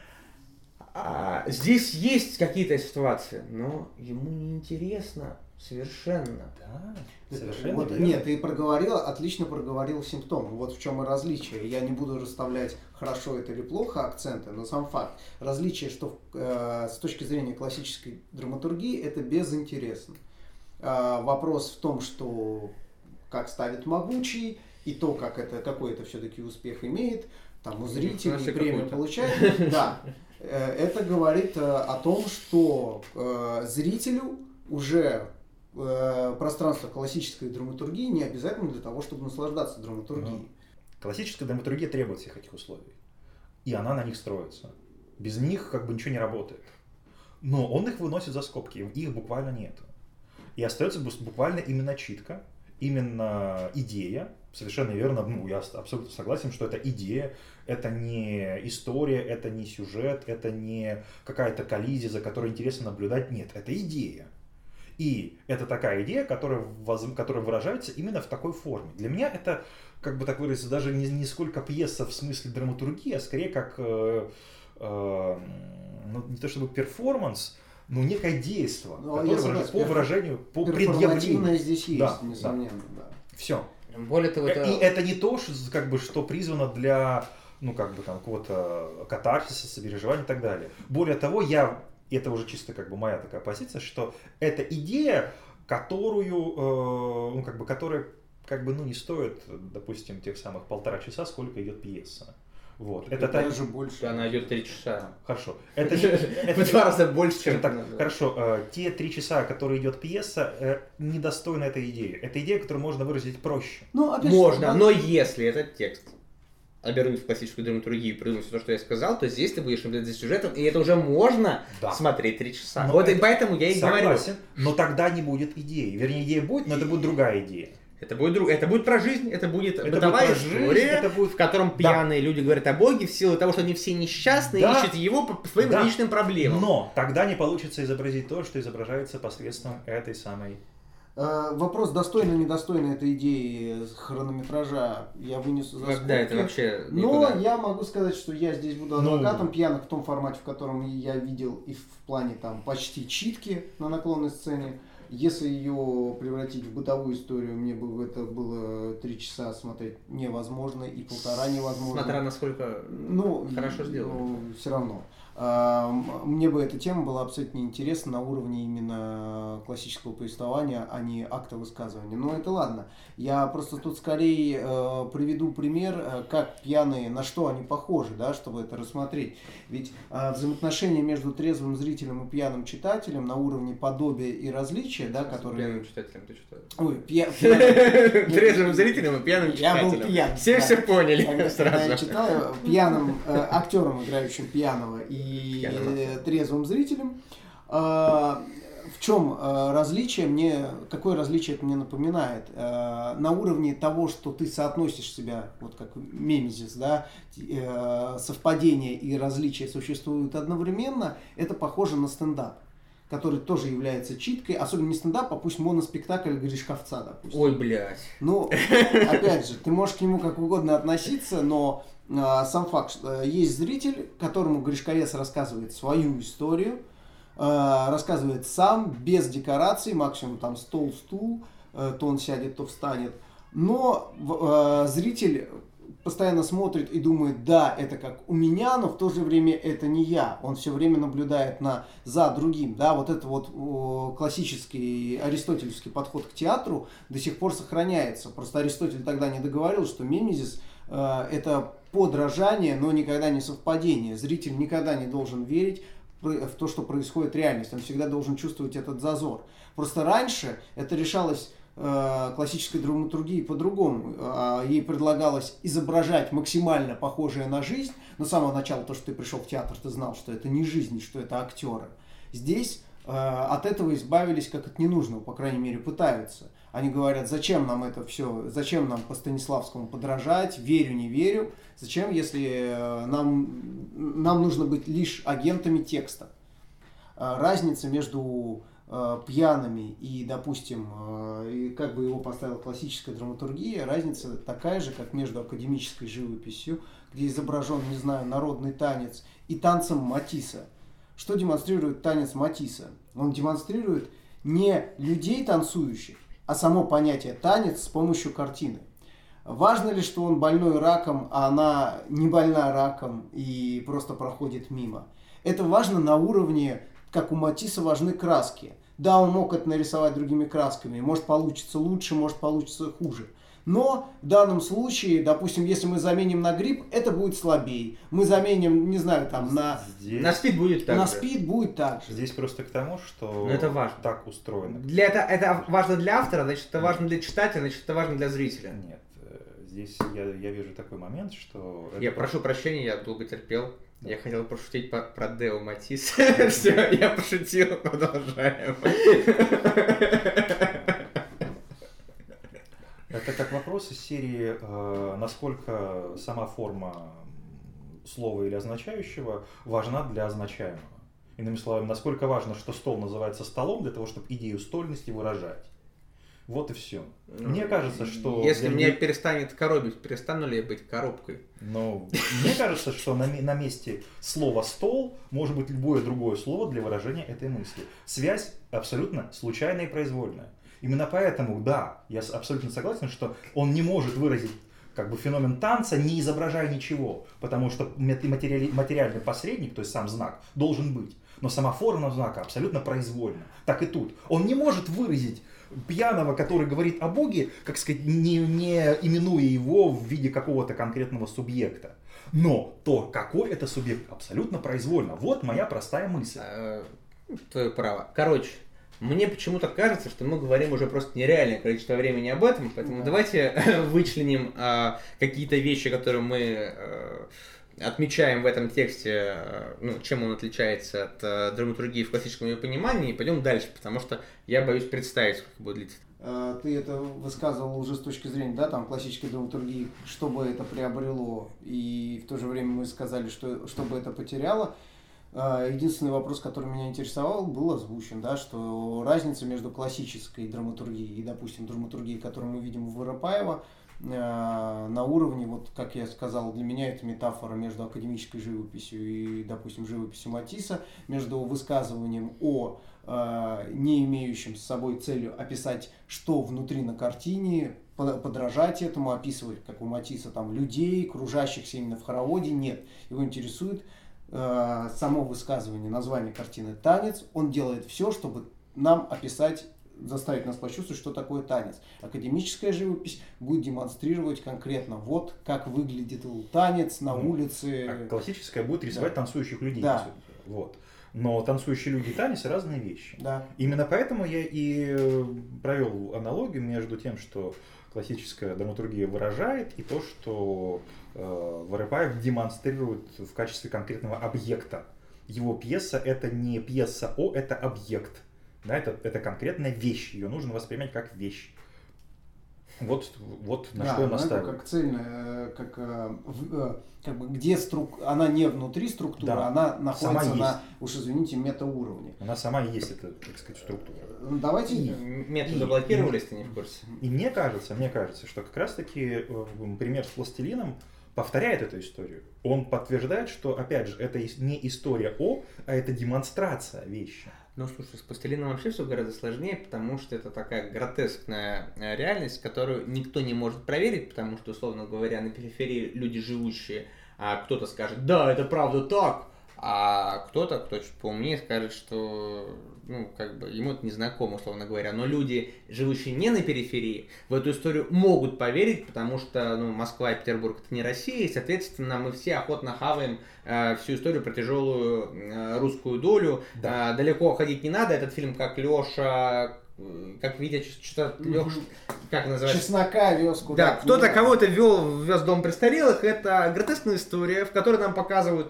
здесь есть какие-то ситуации, но ему неинтересно совершенно. Да, совершенно вот, нет, ты отлично проговорил симптомы. Вот в чем и различие. Я не буду расставлять, хорошо это или плохо акценты, но сам факт. Различие, что с точки зрения классической драматургии это безинтересно. Вопрос в том, что как ставит Могучий, и то, какой это все-таки успех имеет, там у зрителей премию получает, да, это говорит о том, что зрителю уже пространство классической драматургии не обязательно для того, чтобы наслаждаться драматургией. Классическая драматургия требует всех этих условий, и она на них строится. Без них как бы ничего не работает. Но он их выносит за скобки, их буквально нет. И остается буквально именно читка, именно идея. Совершенно верно, я абсолютно согласен, что это идея, это не история, это не сюжет, это не какая-то коллизия, за которой интересно наблюдать. Нет, это идея. И это такая идея, которая выражается именно в такой форме. Для меня это, как бы так выразиться, даже не сколько пьеса в смысле драматургии, а скорее как, не то чтобы перформанс, но некое действие, которое по выражению, по предъявлению. Здесь есть, да, несомненно, да. Все. Более того, И это не то, что призвано для, какого-то катарсиса, сопереживания и так далее. Более того, это уже чисто моя такая позиция, что это идея, которую, которая не стоит, допустим, тех самых 1,5 часа, сколько идет пьеса. Вот. Это даже больше. Она идет 3 часа. Хорошо. Это в 2 раза больше, чем так. Хорошо. Те 3 часа, которые идет пьеса, недостойны этой идеи. Это идея, которую можно выразить проще. Можно, но если этот текст обернуть в классическую драматургию и придумать все то, что я сказал, то здесь ты будешь наблюдать за сюжетом, и это уже можно смотреть 3 часа. Но и поэтому я и говорю. Но тогда не будет идеи. Вернее, идея будет, но это будет другая идея. Это будет про жизнь, это будет бытовая история, в котором пьяные люди говорят о Боге в силу того, что они все несчастные, ищут его по своим личным проблемам. Но тогда не получится изобразить то, что изображается посредством этой самой... Вопрос, достойно-недостойно этой идеи хронометража, я вынесу за скобки. Да, это вообще никуда. Но я могу сказать, что я здесь буду адвокатом пьяных в том формате, в котором я видел, и в плане там почти читки на наклонной сцене. Если ее превратить в бытовую историю, мне бы это было 3 часа смотреть невозможно и 1,5 невозможно. Смотря насколько хорошо сделано. Все равно. Мне бы эта тема была абсолютно неинтересна на уровне именно классического повествования, а не акта высказывания. Но это ладно. Я просто тут скорее приведу пример, как пьяные, на что они похожи, да, чтобы это рассмотреть. Ведь взаимоотношения между трезвым зрителем и пьяным читателем на уровне подобия и различия, да, которые... Пьяным читателем ты читаешь? Ой, трезвым зрителем и пьяным читателем. Я был пьян. Все поняли сразу. Я читал пьяным актером, играющим пьяного, и трезвым зрителем. В чем различие? Какое различие это мне напоминает? На уровне того, что ты соотносишь себя, вот как мемезис, да, совпадения и различия существуют одновременно, это похоже на стендап, который тоже является читкой, особенно не стендап, а пусть моноспектакль Гришковца, допустим. Ой, блядь. Опять же, ты можешь к нему как угодно относиться, но сам факт, что есть зритель, которому Гришковец рассказывает свою историю, рассказывает сам, без декораций, максимум там стол-стул, то он сядет, то встанет. Но зритель постоянно смотрит и думает, да, это как у меня, но в то же время это не я. Он все время наблюдает за другим. Да, вот это вот классический аристотельский подход к театру до сих пор сохраняется. Просто Аристотель тогда не договорил, что мемезис это подражание, но никогда не совпадение. Зритель никогда не должен верить в то, что происходит реальность. Он всегда должен чувствовать этот зазор. Просто раньше это решалось классической драматургии по-другому. Ей предлагалось изображать максимально похожее на жизнь. Но с самого начала, то, что ты пришел в театр, ты знал, что это не жизнь, что это актеры. Здесь от этого избавились как от ненужного, по крайней мере, пытаются. Они говорят, зачем нам это все, зачем нам по Станиславскому подражать, верю, не верю, зачем, если нам нужно быть лишь агентами текста. Разница между пьяными и, допустим, как бы его поставила классическая драматургия, разница такая же, как между академической живописью, где изображен, не знаю, народный танец, и танцем Матисса. Что демонстрирует танец Матисса? Он демонстрирует не людей танцующих, а само понятие танец с помощью картины. Важно ли, что он больной раком, а она не больна раком и просто проходит мимо? Это важно на уровне, как у Матисса важны краски. Да, он мог это нарисовать другими красками, может получится лучше, может получится хуже. Но в данном случае, допустим, если мы заменим на грипп, это будет слабее. Мы заменим, не знаю, там на... На СПИД будет так же. На СПИД будет так же. Здесь просто к тому, что это важно. Так устроено. Это важно для автора, значит, это важно для читателя, значит, это важно для зрителя. Нет, здесь я вижу такой момент, что... Я прошу прощения, я долго терпел. Да. Я хотел пошутить про Део Матисс. Все, я пошутил, продолжаем. Это как вопрос из серии, насколько сама форма слова или означающего важна для означаемого. Иными словами, насколько важно, что стол называется столом, для того, чтобы идею стольности выражать. Вот и все. Мне кажется, что... Если меня перестанет коробить, перестану ли я быть коробкой? Ну, мне кажется, что на месте слова «стол» может быть любое другое слово для выражения этой мысли. Связь абсолютно случайная и произвольная. Именно поэтому, да, я абсолютно согласен, что он не может выразить как бы феномен танца, не изображая ничего, потому что материальный посредник, то есть сам знак, должен быть. Но сама форма знака абсолютно произвольна. Так и тут. Он не может выразить пьяного, который говорит о Боге, как сказать, не именуя его в виде какого-то конкретного субъекта. Но то, какой это субъект, абсолютно произвольно. Вот моя простая мысль. Твое право. Короче, мне почему-то кажется, что мы говорим уже просто нереальное количество времени об этом, поэтому давайте вычленим какие-то вещи, которые мы отмечаем в этом тексте, ну, чем он отличается от драматургии в классическом ее понимании, и пойдем дальше, потому что я боюсь представить, сколько будет длиться. Ты это высказывал уже с точки зрения, да, там, классической драматургии, что бы это приобрело, и в то же время мы сказали, что бы это потеряло. Единственный вопрос, который меня интересовал, был озвучен, да, что разница между классической драматургией и, допустим, драматургией, которую мы видим у Воропаева, на уровне, вот как я сказал, для меня это метафора между академической живописью и, допустим, живописью Матисса, между высказыванием о не имеющем с собой целью описать, что внутри на картине, подражать этому, описывать, как у Матисса, там, людей, кружащихся именно в хороводе, нет. Его интересует само высказывание, название картины «Танец». Он делает все, чтобы нам описать, заставить нас почувствовать, что такое танец. Академическая живопись будет демонстрировать конкретно, вот как выглядит танец на улице. А классическая будет рисовать танцующих людей. Да. Вот. Но танцующие люди и танец — разные вещи. Да. Именно поэтому я и провел аналогию между тем, что классическая драматургия выражает, и то, что Воропаев демонстрирует в качестве конкретного объекта. Его пьеса — это не пьеса О, это объект. Да, это конкретная вещь, ее нужно воспринимать как вещь. Вот на что я настаиваю. Как цельная, как бы где она не внутри структуры, да, она находится на, уж извините, метауровне. Она сама и есть эта, так сказать, структура. Давайте. Методы заблокировались, ты не в курсе. И мне кажется, что как раз-таки пример с пластилином повторяет эту историю. Он подтверждает, что, опять же, это не история О, а это демонстрация вещи. Ну, слушай, с пластилином вообще все гораздо сложнее, потому что это такая гротескная реальность, которую никто не может проверить, потому что, условно говоря, на периферии люди живущие, а кто-то скажет, да, это правда так, а кто-то, кто чуть поумнее, скажет, что, ну, как бы, ему это незнакомо, условно говоря. Но люди, живущие не на периферии, в эту историю могут поверить, потому что, ну, Москва и Петербург — это не Россия, и, соответственно, мы все охотно хаваем всю историю про тяжелую русскую долю. Да. Далеко ходить не надо. Этот фильм, как Леша... Как Витя, что-то Леша, как называется? Чеснока вез куда-то. Да, кто-то кого-то вез в дом престарелых. Это гротескная история, в которой нам показывают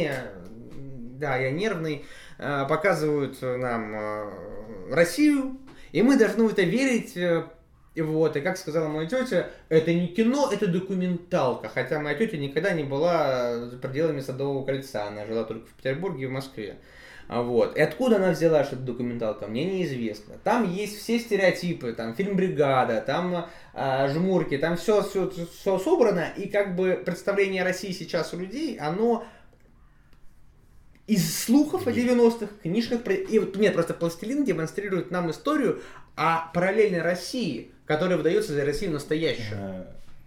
я нервный, показывают нам Россию, и мы должны в это верить. Вот, и как сказала моя тетя, это не кино, это документалка. Хотя моя тетя никогда не была за пределами Садового кольца, она жила только в Петербурге и в Москве. Вот. И откуда она взяла, что это документалка, мне неизвестно. Там есть все стереотипы, там фильм «Бригада», там «Жмурки», там все собрано, и как бы представление о России сейчас у людей, оно из слухов о 90-х, книжках, и вот нет, просто «Пластилин» демонстрирует нам историю о параллельной России, которая выдается за Россию настоящую.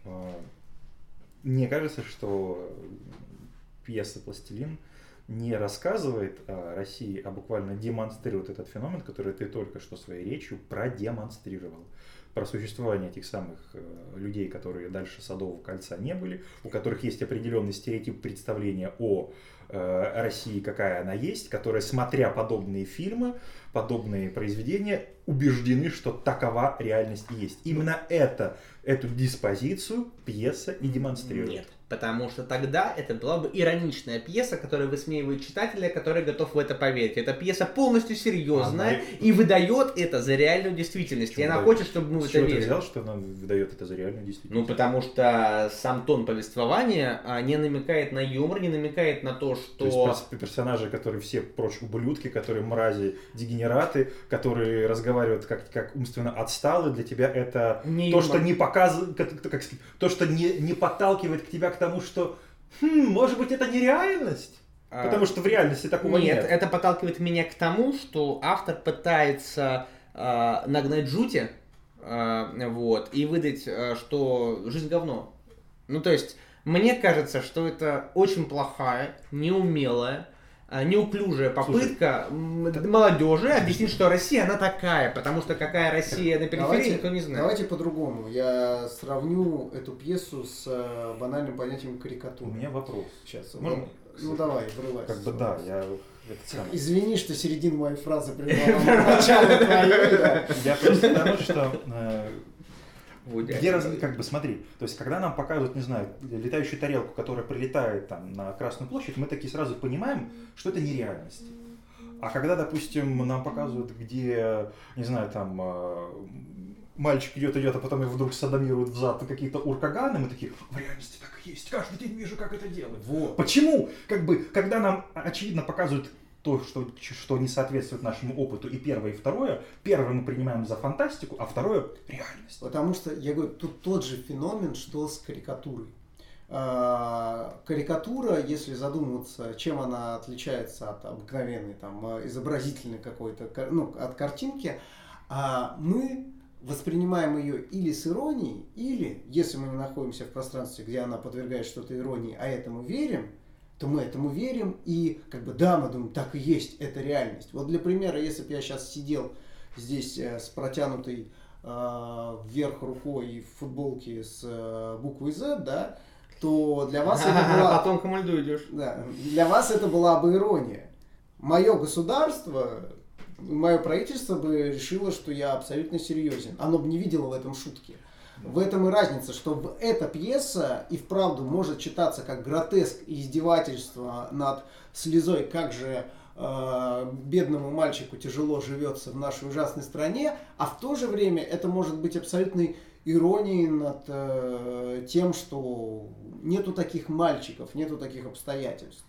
Мне кажется, что пьеса «Пластилин» не рассказывает о России, а буквально демонстрирует этот феномен, который ты только что своей речью продемонстрировал. про существование этих самых людей, которые дальше Садового кольца не были, у которых есть определенный стереотип представления о России, какая она есть, которые, смотря подобные фильмы, подобные произведения, убеждены, что такова реальность и есть. Именно эту диспозицию пьеса и демонстрирует. Нет, потому что тогда это была бы ироничная пьеса, которая высмеивает читателя, который готов в это поверить. Эта пьеса полностью серьезная и выдает это за реальную действительность. И она хочет, чтобы мы в это верили. С чего ты взял, что она выдает это за реальную действительность? Ну, потому что сам тон повествования не намекает на юмор, не намекает на то, что... То есть персонажи, которые все прочь ублюдки, которые мрази, дегенераты, которые разговаривают как умственно отсталые, для тебя это не то, юмор. что не показывает, то, что не подталкивает к тебя к тому, что, может быть, это не реальность? Потому что в реальности такого нет. Нет, это подталкивает меня к тому, что автор пытается нагнать жути, и выдать, что жизнь говно. Ну, то есть, мне кажется, что это очень плохая, неумелая, неуклюжая попытка молодежи объяснить, что Россия, она такая, потому что какая Россия на периферии, никто не знает. Давайте по-другому. Я сравню эту пьесу с банальным понятием карикатуры. У меня вопрос. Сейчас. Можно? Ну давай, врывайся. Как бы да, я... Извини, что середину моей фразы прервал. Начало твое. Я просто потому, что... Смотри, то есть, когда нам показывают, не знаю, летающую тарелку, которая прилетает там на Красную площадь, мы такие сразу понимаем, что это нереальность. А когда, допустим, нам показывают, где, не знаю, там, мальчик идет, а потом его вдруг садомируют взад какие-то уркаганы, мы такие, в реальности так и есть, каждый день вижу, как это делают. Вот. Почему? Когда нам, очевидно, показывают то, что не соответствует нашему опыту, и первое, и второе, первое мы принимаем за фантастику, а второе — реальность. Потому что, я говорю, тут тот же феномен, что с карикатурой. Карикатура, если задуматься, чем она отличается от обыкновенной там, изобразительной какой-то, от картинки, мы воспринимаем ее или с иронией, или, если мы не находимся в пространстве, где она подвергает что-то иронии, а этому верим, то мы этому верим, и да, мы думаем, так и есть, это реальность. Вот для примера, если бы я сейчас сидел здесь с протянутой вверх рукой в футболке с буквой Z, да, то для вас это была... Потом к льду идешь. Да, для вас это была бы ирония. Мое государство, мое правительство бы решило, что я абсолютно серьезен. Оно бы не видело в этом шутки. В этом и разница, что эта пьеса и вправду может читаться как гротеск и издевательство над слезой, как же бедному мальчику тяжело живется в нашей ужасной стране, а в то же время это может быть абсолютной иронией над тем, что нету таких мальчиков, нету таких обстоятельств.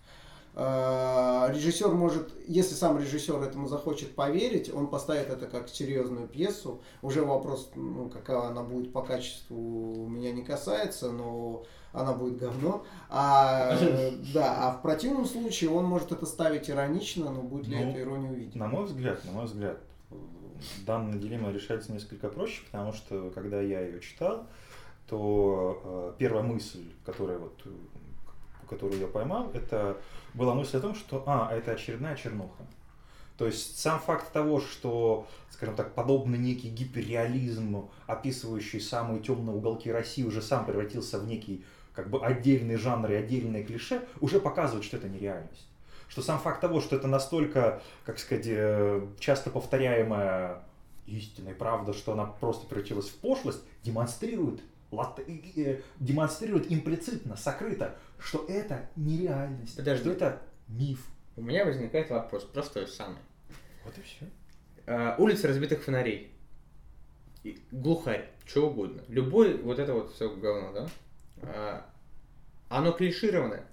Режиссер может, если сам режиссер этому захочет поверить, он поставит это как серьезную пьесу. Уже вопрос, какая она будет по качеству, меня не касается, но она будет говно. А в противном случае он может это ставить иронично, но будет ли эта ирония увидена? На мой взгляд, данная дилемма решается несколько проще, потому что когда я ее читал, то первая мысль, которую я поймал, это была мысль о том, что это очередная чернуха. То есть сам факт того, что, скажем так, подобный некий гиперреализм, описывающий самые темные уголки России, уже сам превратился в некий отдельный жанр и отдельное клише, уже показывает, что это нереальность. Что сам факт того, что это настолько, часто повторяемая истина и правда, что она просто превратилась в пошлость, демонстрирует имплицитно, сокрыто, что это нереальность, что это миф. У меня возникает вопрос, простой самый. Вот и все. Улица разбитых фонарей. Глухарь, что угодно. Любой это все говно, да? Оно клишированное.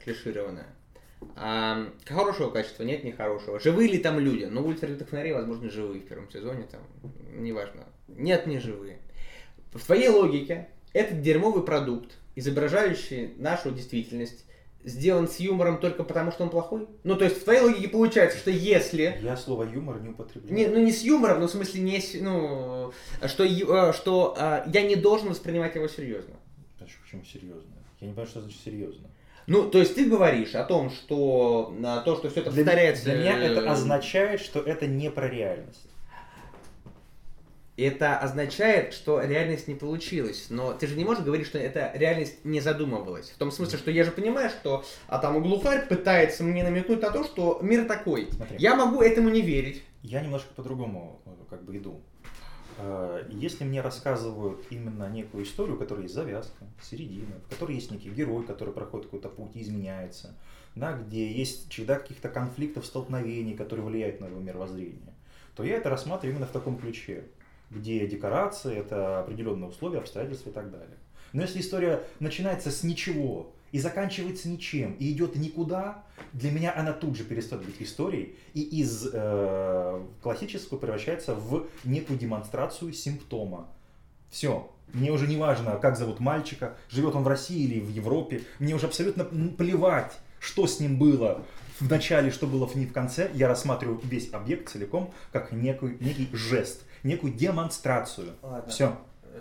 Хорошего качества нет, нехорошего. Живые ли там люди? Улица разбитых фонарей, возможно, живые в первом сезоне, там, неважно. Нет, не живые. В твоей логике этот дерьмовый продукт, изображающий нашу действительность, сделан с юмором только потому, что он плохой? То есть в твоей логике получается, что если... Я слово юмор не употребляю. Не с юмором, но в смысле не... что я не должен воспринимать его серьезно. Почему серьезно? Я не понимаю, что значит серьезно. То есть ты говоришь о том, что все это повторяется... Для меня это означает, что это не про реальность. это означает, что реальность не получилась. Но ты же не можешь говорить, что эта реальность не задумывалась. В том смысле, что я же понимаю, что там глухарь пытается мне намекнуть на то, что мир такой. Смотри. Я могу этому не верить. Я немножко по-другому иду. Если мне рассказывают именно некую историю, у которой есть завязка, середина, в которой есть некий герой, который проходит какой-то путь и изменяется, да, где есть череда каких-то конфликтов, столкновений, которые влияют на его мировоззрение, то я это рассматриваю именно в таком ключе, где декорации — это определенные условия, обстоятельства и так далее. Но если история начинается с ничего и заканчивается ничем, и идет никуда, для меня она тут же перестает быть историей и из классическую превращается в некую демонстрацию симптома. Все. Мне уже не важно, как зовут мальчика, живет он в России или в Европе. Мне уже абсолютно плевать, что с ним было в начале, что было в конце. Я рассматриваю весь объект целиком как некий жест, некую демонстрацию. Все.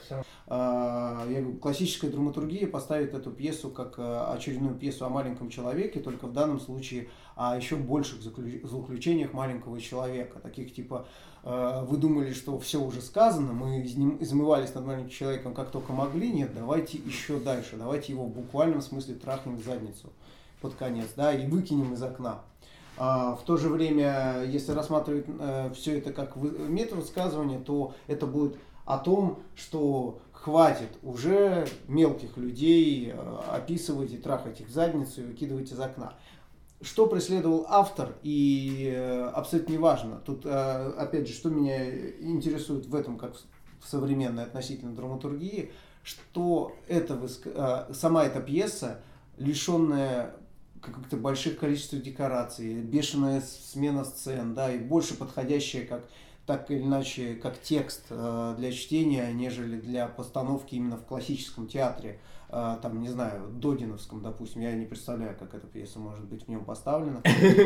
Я говорю, классическая драматургия поставит эту пьесу как очередную пьесу о маленьком человеке, только в данном случае о еще больших злоключениях маленького человека. Таких типа, вы думали, что все уже сказано, мы измывались над маленьким человеком как только могли, нет, давайте еще дальше, давайте его в буквальном смысле трахнем в задницу под конец, да, и выкинем из окна. В то же время, если рассматривать все это как метод высказывания, то это будет о том, что хватит уже мелких людей описывать и трахать их в задницу и выкидывать из окна. Что преследовал автор, и абсолютно не важно. Тут, опять же, что меня интересует в этом, как в современной относительно драматургии, что сама эта пьеса, лишенная каких-то больших количеств декораций, бешеная смена сцен, да, и больше подходящая так или иначе, как текст для чтения, нежели для постановки именно в классическом театре, там, не знаю, Додиновском, допустим, я не представляю, как эта пьеса может быть в нем поставлена.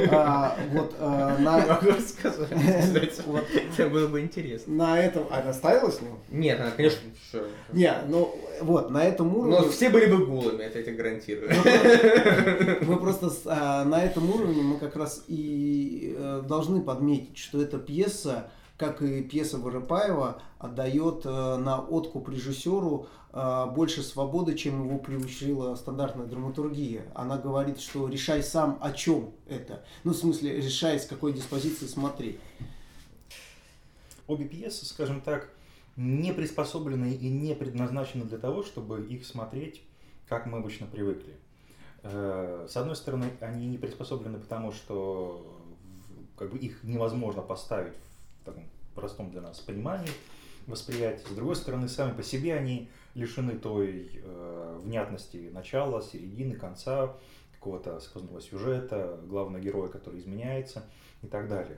Могу рассказать, это было бы интересно. На этом, она ставилась в нем? Нет, она, конечно, на этом уровне... Но все были бы гулами, это я тебе гарантирую. Мы просто на этом уровне мы как раз и должны подметить, что эта пьеса, как и пьеса Воропаева, отдает на откуп режиссеру больше свободы, чем его приучила стандартная драматургия. Она говорит, что решай сам, о чем это. Ну, в смысле, решай, с какой диспозиции смотреть. Обе пьесы, скажем так, не приспособлены и не предназначены для того, чтобы их смотреть, как мы обычно привыкли. С одной стороны, они не приспособлены, потому что их невозможно поставить в таком простом для нас понимании, восприятии. С другой стороны, сами по себе они лишены той внятности начала, середины, конца, какого-то сквозного сюжета, главного героя, который изменяется и так далее.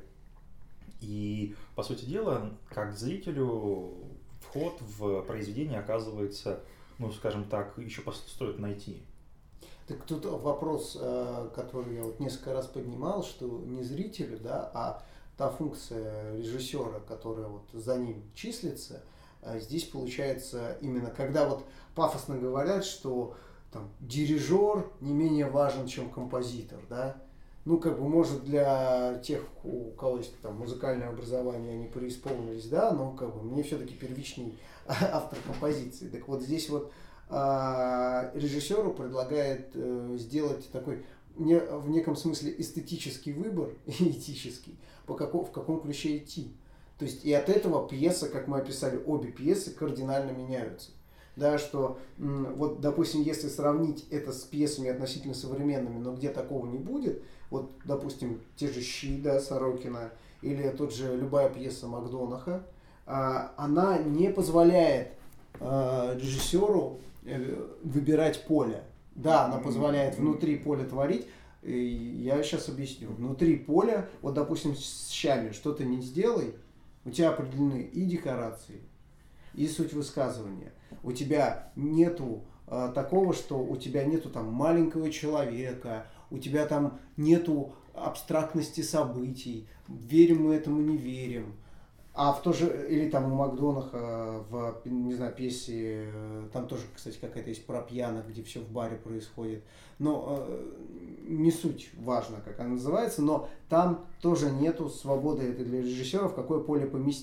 И, по сути дела, как зрителю вход в произведение оказывается, ну, скажем так, еще стоит найти. Так тут вопрос, который я несколько раз поднимал, что не зрителю, да, а та функция режиссера, которая за ним числится, здесь получается именно, когда пафосно говорят, что там дирижер не менее важен, чем композитор, да, ну, может, для тех, у кого есть там музыкальное образование, они преисполнились, да, но мне все-таки первичный автор композиции. Так здесь режиссеру предлагает сделать такой в неком смысле эстетический выбор и этический, в каком ключе идти. То есть и от этого пьеса, как мы описали, обе пьесы кардинально меняются. Да, что допустим, если сравнить это с пьесами относительно современными, но где такого не будет, допустим, те же «Щи», да, Сорокина, или любая пьеса Макдонаха, она не позволяет режиссеру выбирать поле. Да, она позволяет внутри поля творить. Я сейчас объясню. Внутри поля, допустим, с «Щами» что ты не сделай, у тебя определены и декорации, и суть высказывания. У тебя нету такого, что у тебя нету там маленького человека, у тебя там нету абстрактности событий, верим мы этому, не верим. А или там у Макдонаха в, не знаю, пьесе, там тоже, кстати, какая-то есть про пьяных, где все в баре происходит. Но не суть важно, как она называется, но там тоже нету свободы это для режиссера, в какое поле поместить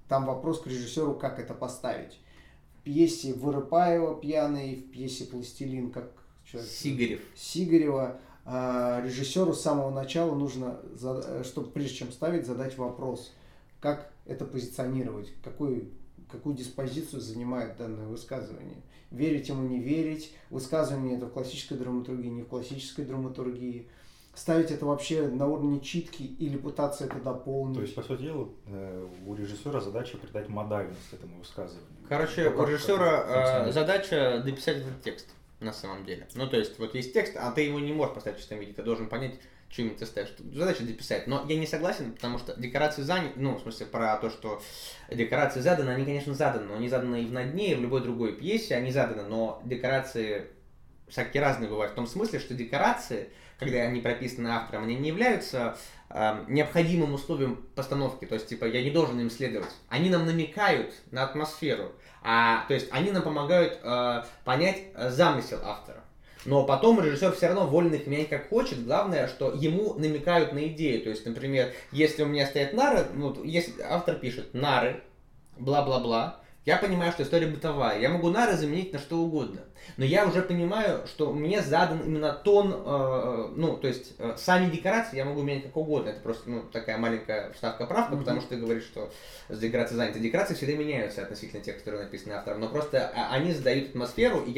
Там вопрос к режиссеру, как это поставить. В пьесе Воропаева «Пьяный», в пьесе «Пластилин», как человек... Сигарева. Режиссеру с самого начала нужно, чтобы прежде чем ставить, задать вопрос, как это позиционировать, какую диспозицию занимает данное высказывание. Верить ему, не верить, высказывание это в классической драматургии, не в классической драматургии. Ставить это вообще на уровне читки или пытаться это дополнить. То есть, по сути дела, у режиссера задача придать модальность этому высказыванию. Короче, у режиссера задача дописать этот текст, на самом деле. Ну, то есть, вот есть текст, а ты его не можешь поставить в чистом виде, ты должен понять, что именно ты ставишь. Задача дописать. Но я не согласен, потому что декорации заняты, ну, в смысле, про то, что декорации заданы, они, конечно, заданы, но они заданы и в «На дне», и в любой другой пьесе они заданы, но декорации всякие разные бывают. В том смысле, что декорации, когда они прописаны автором, они не являются необходимым условием постановки. То есть, типа, я не должен им следовать. Они нам намекают на атмосферу. То есть, они нам помогают понять замысел автора. Но потом режиссер все равно вольно их менять как хочет. Главное, что ему намекают на идею. То есть, например, если у меня стоят нары, ну, если автор пишет «нары», бла-бла-бла, я понимаю, что история бытовая. Я могу нары заменить на что угодно. Но я уже понимаю, что мне задан именно тон, то есть сами декорации я могу менять как угодно. Это просто такая маленькая вставка-правка, потому что ты говоришь, что с декорацией заняты. Декорации всегда меняются относительно тех, которые написаны автором. Но просто они задают атмосферу, и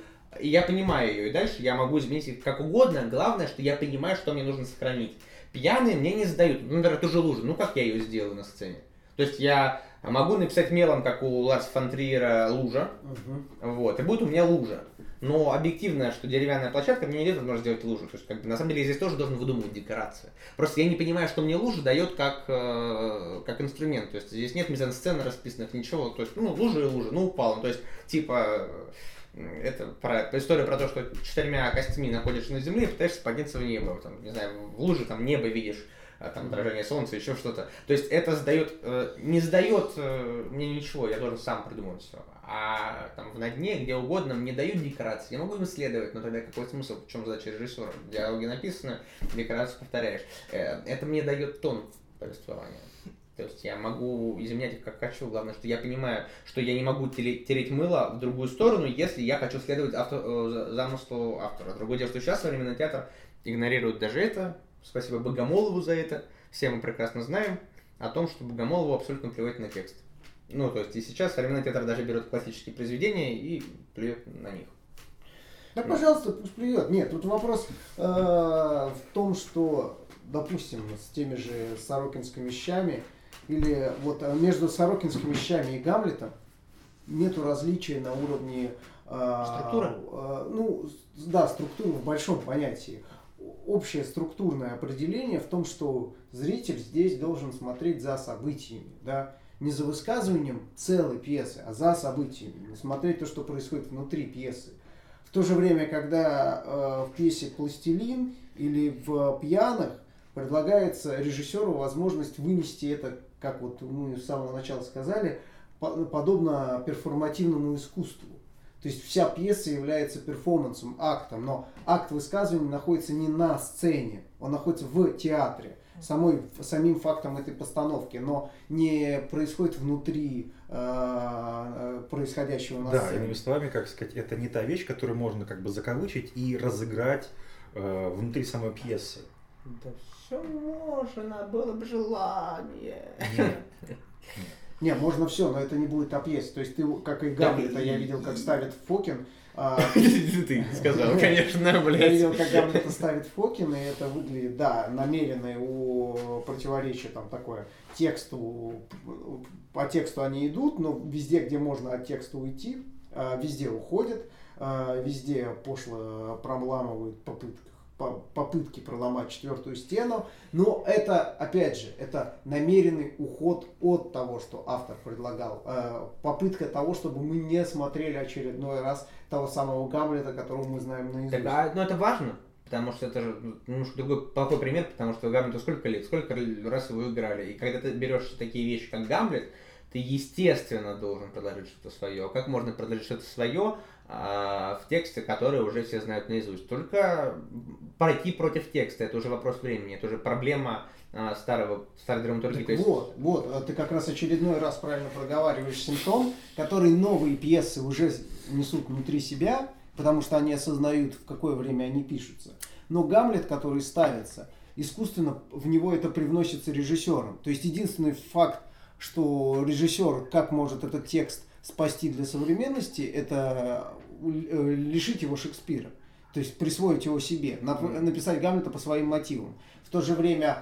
я понимаю ее. И дальше я могу изменить их как угодно. Главное, что я понимаю, что мне нужно сохранить. Пьяные мне не задают. Например, ту же лужу. Как я ее сделаю на сцене? То есть я могу написать мелом, как у Ларса фон Триера, лужа, вот, и будет у меня лужа. Но объективно, что деревянная площадка мне не дает возможность сделать лужу. То есть, на самом деле, я здесь тоже должен выдумывать декорации. Просто я не понимаю, что мне лужа дает как инструмент. То есть, здесь нет мизансцены расписанных, ничего. То есть, лужа и лужа, упала. То есть, типа, это история про то, что 4 костями находишься на земле и пытаешься подняться в небо. Там, не знаю, в луже там небо видишь, там отражение солнца, еще что-то. То есть это не задает мне ничего, я должен сам придумать все. А там в «На дне», где угодно, мне дают декорации, я могу им исследовать, но тогда какой смысл, в чем задача режиссера? Диалоги написаны, декорацию повторяешь. Это мне дает тон повествования. То есть я могу изменять их как хочу, главное, что я понимаю, что я не могу тереть мыло в другую сторону, если я хочу следовать замыслу автора. Другое дело, что сейчас современный театр игнорирует даже это. Спасибо Богомолову за это. Все мы прекрасно знаем о том, что Богомолову абсолютно плевать на текст. То есть и сейчас современный театр даже берет классические произведения и плюет на них. Да, пожалуйста, пусть плюет. Нет, тут вопрос в том, что, допустим, с теми же сорокинскими щами, или вот между сорокинскими щами и Гамлетом нету различия на уровне... Структуры? Структуры в большом понятии. Общее структурное определение в том, что зритель здесь должен смотреть за событиями, да, не за высказыванием целой пьесы, а за событиями, не смотреть то, что происходит внутри пьесы. В то же время, когда в пьесе «Пластилин» или в «Пьяных» предлагается режиссеру возможность вынести это, как вот мы с самого начала сказали, подобно перформативному искусству. То есть вся пьеса является перформансом, актом, но акт высказывания находится не на сцене, он находится в театре, самим фактом этой постановки, но не происходит внутри происходящего на сцене. Да, иными словами, как сказать, это не та вещь, которую можно как бы закавычить и разыграть внутри самой пьесы. Да все можно, было бы желание. Не, можно все, но это не будет о пьесе. То есть ты, как и Гамлета, я видел, как ставит Фокин. Ты сказал, конечно, блядь. Я видел, как Гамлета ставит Фокин, и это выглядит, да, намеренное противоречие там такое тексту. По тексту они идут, но везде, где можно от текста уйти, везде уходят, везде пошло промламывают попытки проломать четвертую стену, но это, опять же, это намеренный уход от того, что автор предлагал, попытка того, чтобы мы не смотрели очередной раз того самого Гамлета, которого мы знаем наизусть. Но это важно, потому что это же немножко другой плохой пример, потому что Гамлету сколько лет, сколько раз его играли, и когда ты берешь такие вещи, как Гамлет, ты, естественно, должен предложить что-то свое. А как можно предложить что-то свое, в тексте, который уже все знают наизусть. Только пройти против текста, это уже вопрос времени, это уже проблема старой драматургии. Есть... Вот, ты как раз очередной раз правильно проговариваешь симптом, который новые пьесы уже несут внутри себя, потому что они осознают, в какое время они пишутся. Но Гамлет, который ставится, искусственно в него это привносится режиссером. То есть единственный факт, что режиссер как может этот текст спасти для современности, это лишить его Шекспира. То есть присвоить его себе, написать Гамлета по своим мотивам. В то же время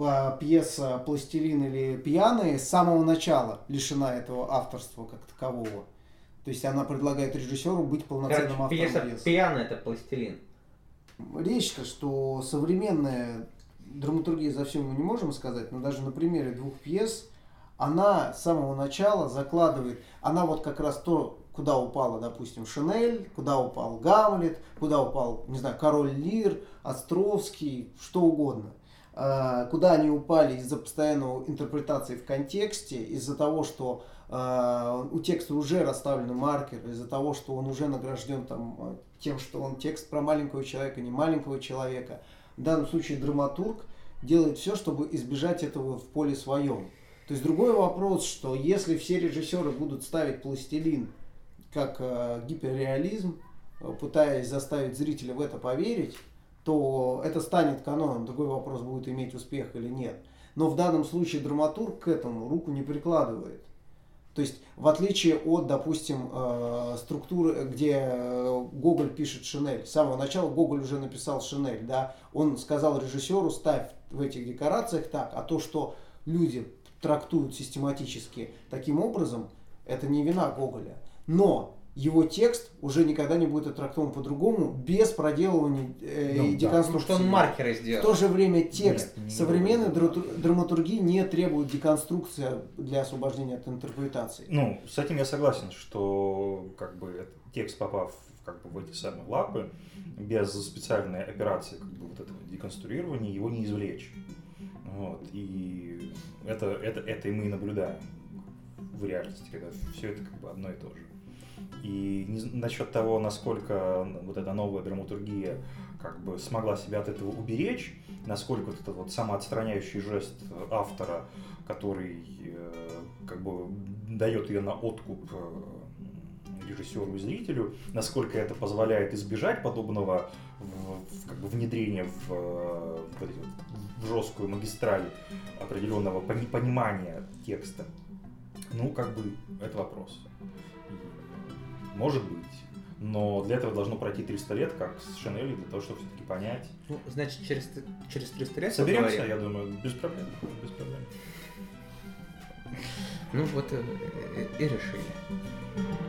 пьеса «Пластилин» или «Пьяные» с самого начала лишена этого авторства как такового. То есть она предлагает режиссеру быть полноценным автором пьесы. «Пьяная» — это «Пластилин». Речь-то, что современная драматургия, за все мы не можем сказать, но даже на примере двух пьес, она с самого начала закладывает, она вот как раз то, куда упала, допустим, Шинель, куда упал Гамлет, куда упал, не знаю, Король Лир, Островский, что угодно. Куда они упали из-за постоянной интерпретации в контексте, из-за того, что у текста уже расставлены маркеры, из-за того, что он уже награжден там, тем, что он текст про маленького человека, не маленького человека. В данном случае драматург делает все, чтобы избежать этого в поле своем. То есть другой вопрос, что если все режиссеры будут ставить «Пластилин» как гиперреализм, пытаясь заставить зрителя в это поверить, то это станет каноном. Другой вопрос, будет иметь успех или нет. Но в данном случае драматург к этому руку не прикладывает. То есть, в отличие от, допустим, структуры, где Гоголь пишет Шинель. С самого начала Гоголь уже написал Шинель. Да? Он сказал режиссеру: ставь в этих декорациях так. А то, что люди трактуют систематически таким образом, это не вина Гоголя. Но его текст уже никогда не будет трактован по-другому, без проделывания и деконструкции. Потому что он маркеры сделал. В то же время текст современной драматургии не требует деконструкции для освобождения от интерпретации. Ну, с этим я согласен, что как бы текст, попав как бы в эти самые лапы, без специальной операции как бы вот этого деконструирования, его не извлечь. Вот. И это и мы наблюдаем в реальности, когда все это как бы одно и то же. И насчет того, насколько вот эта новая драматургия как бы смогла себя от этого уберечь, насколько вот этот вот самоотстраняющий жест автора, который как бы дает ее на откуп режиссеру и зрителю, насколько это позволяет избежать подобного как бы внедрения в жесткую магистраль определенного понимания текста. Ну, как бы, это вопрос. Может быть. Но для этого должно пройти 300 лет, как с Шинелью, для того, чтобы все-таки понять. Ну, значит, через 300 лет соберемся, я думаю, без проблем. Без проблем. Ну вот и решили.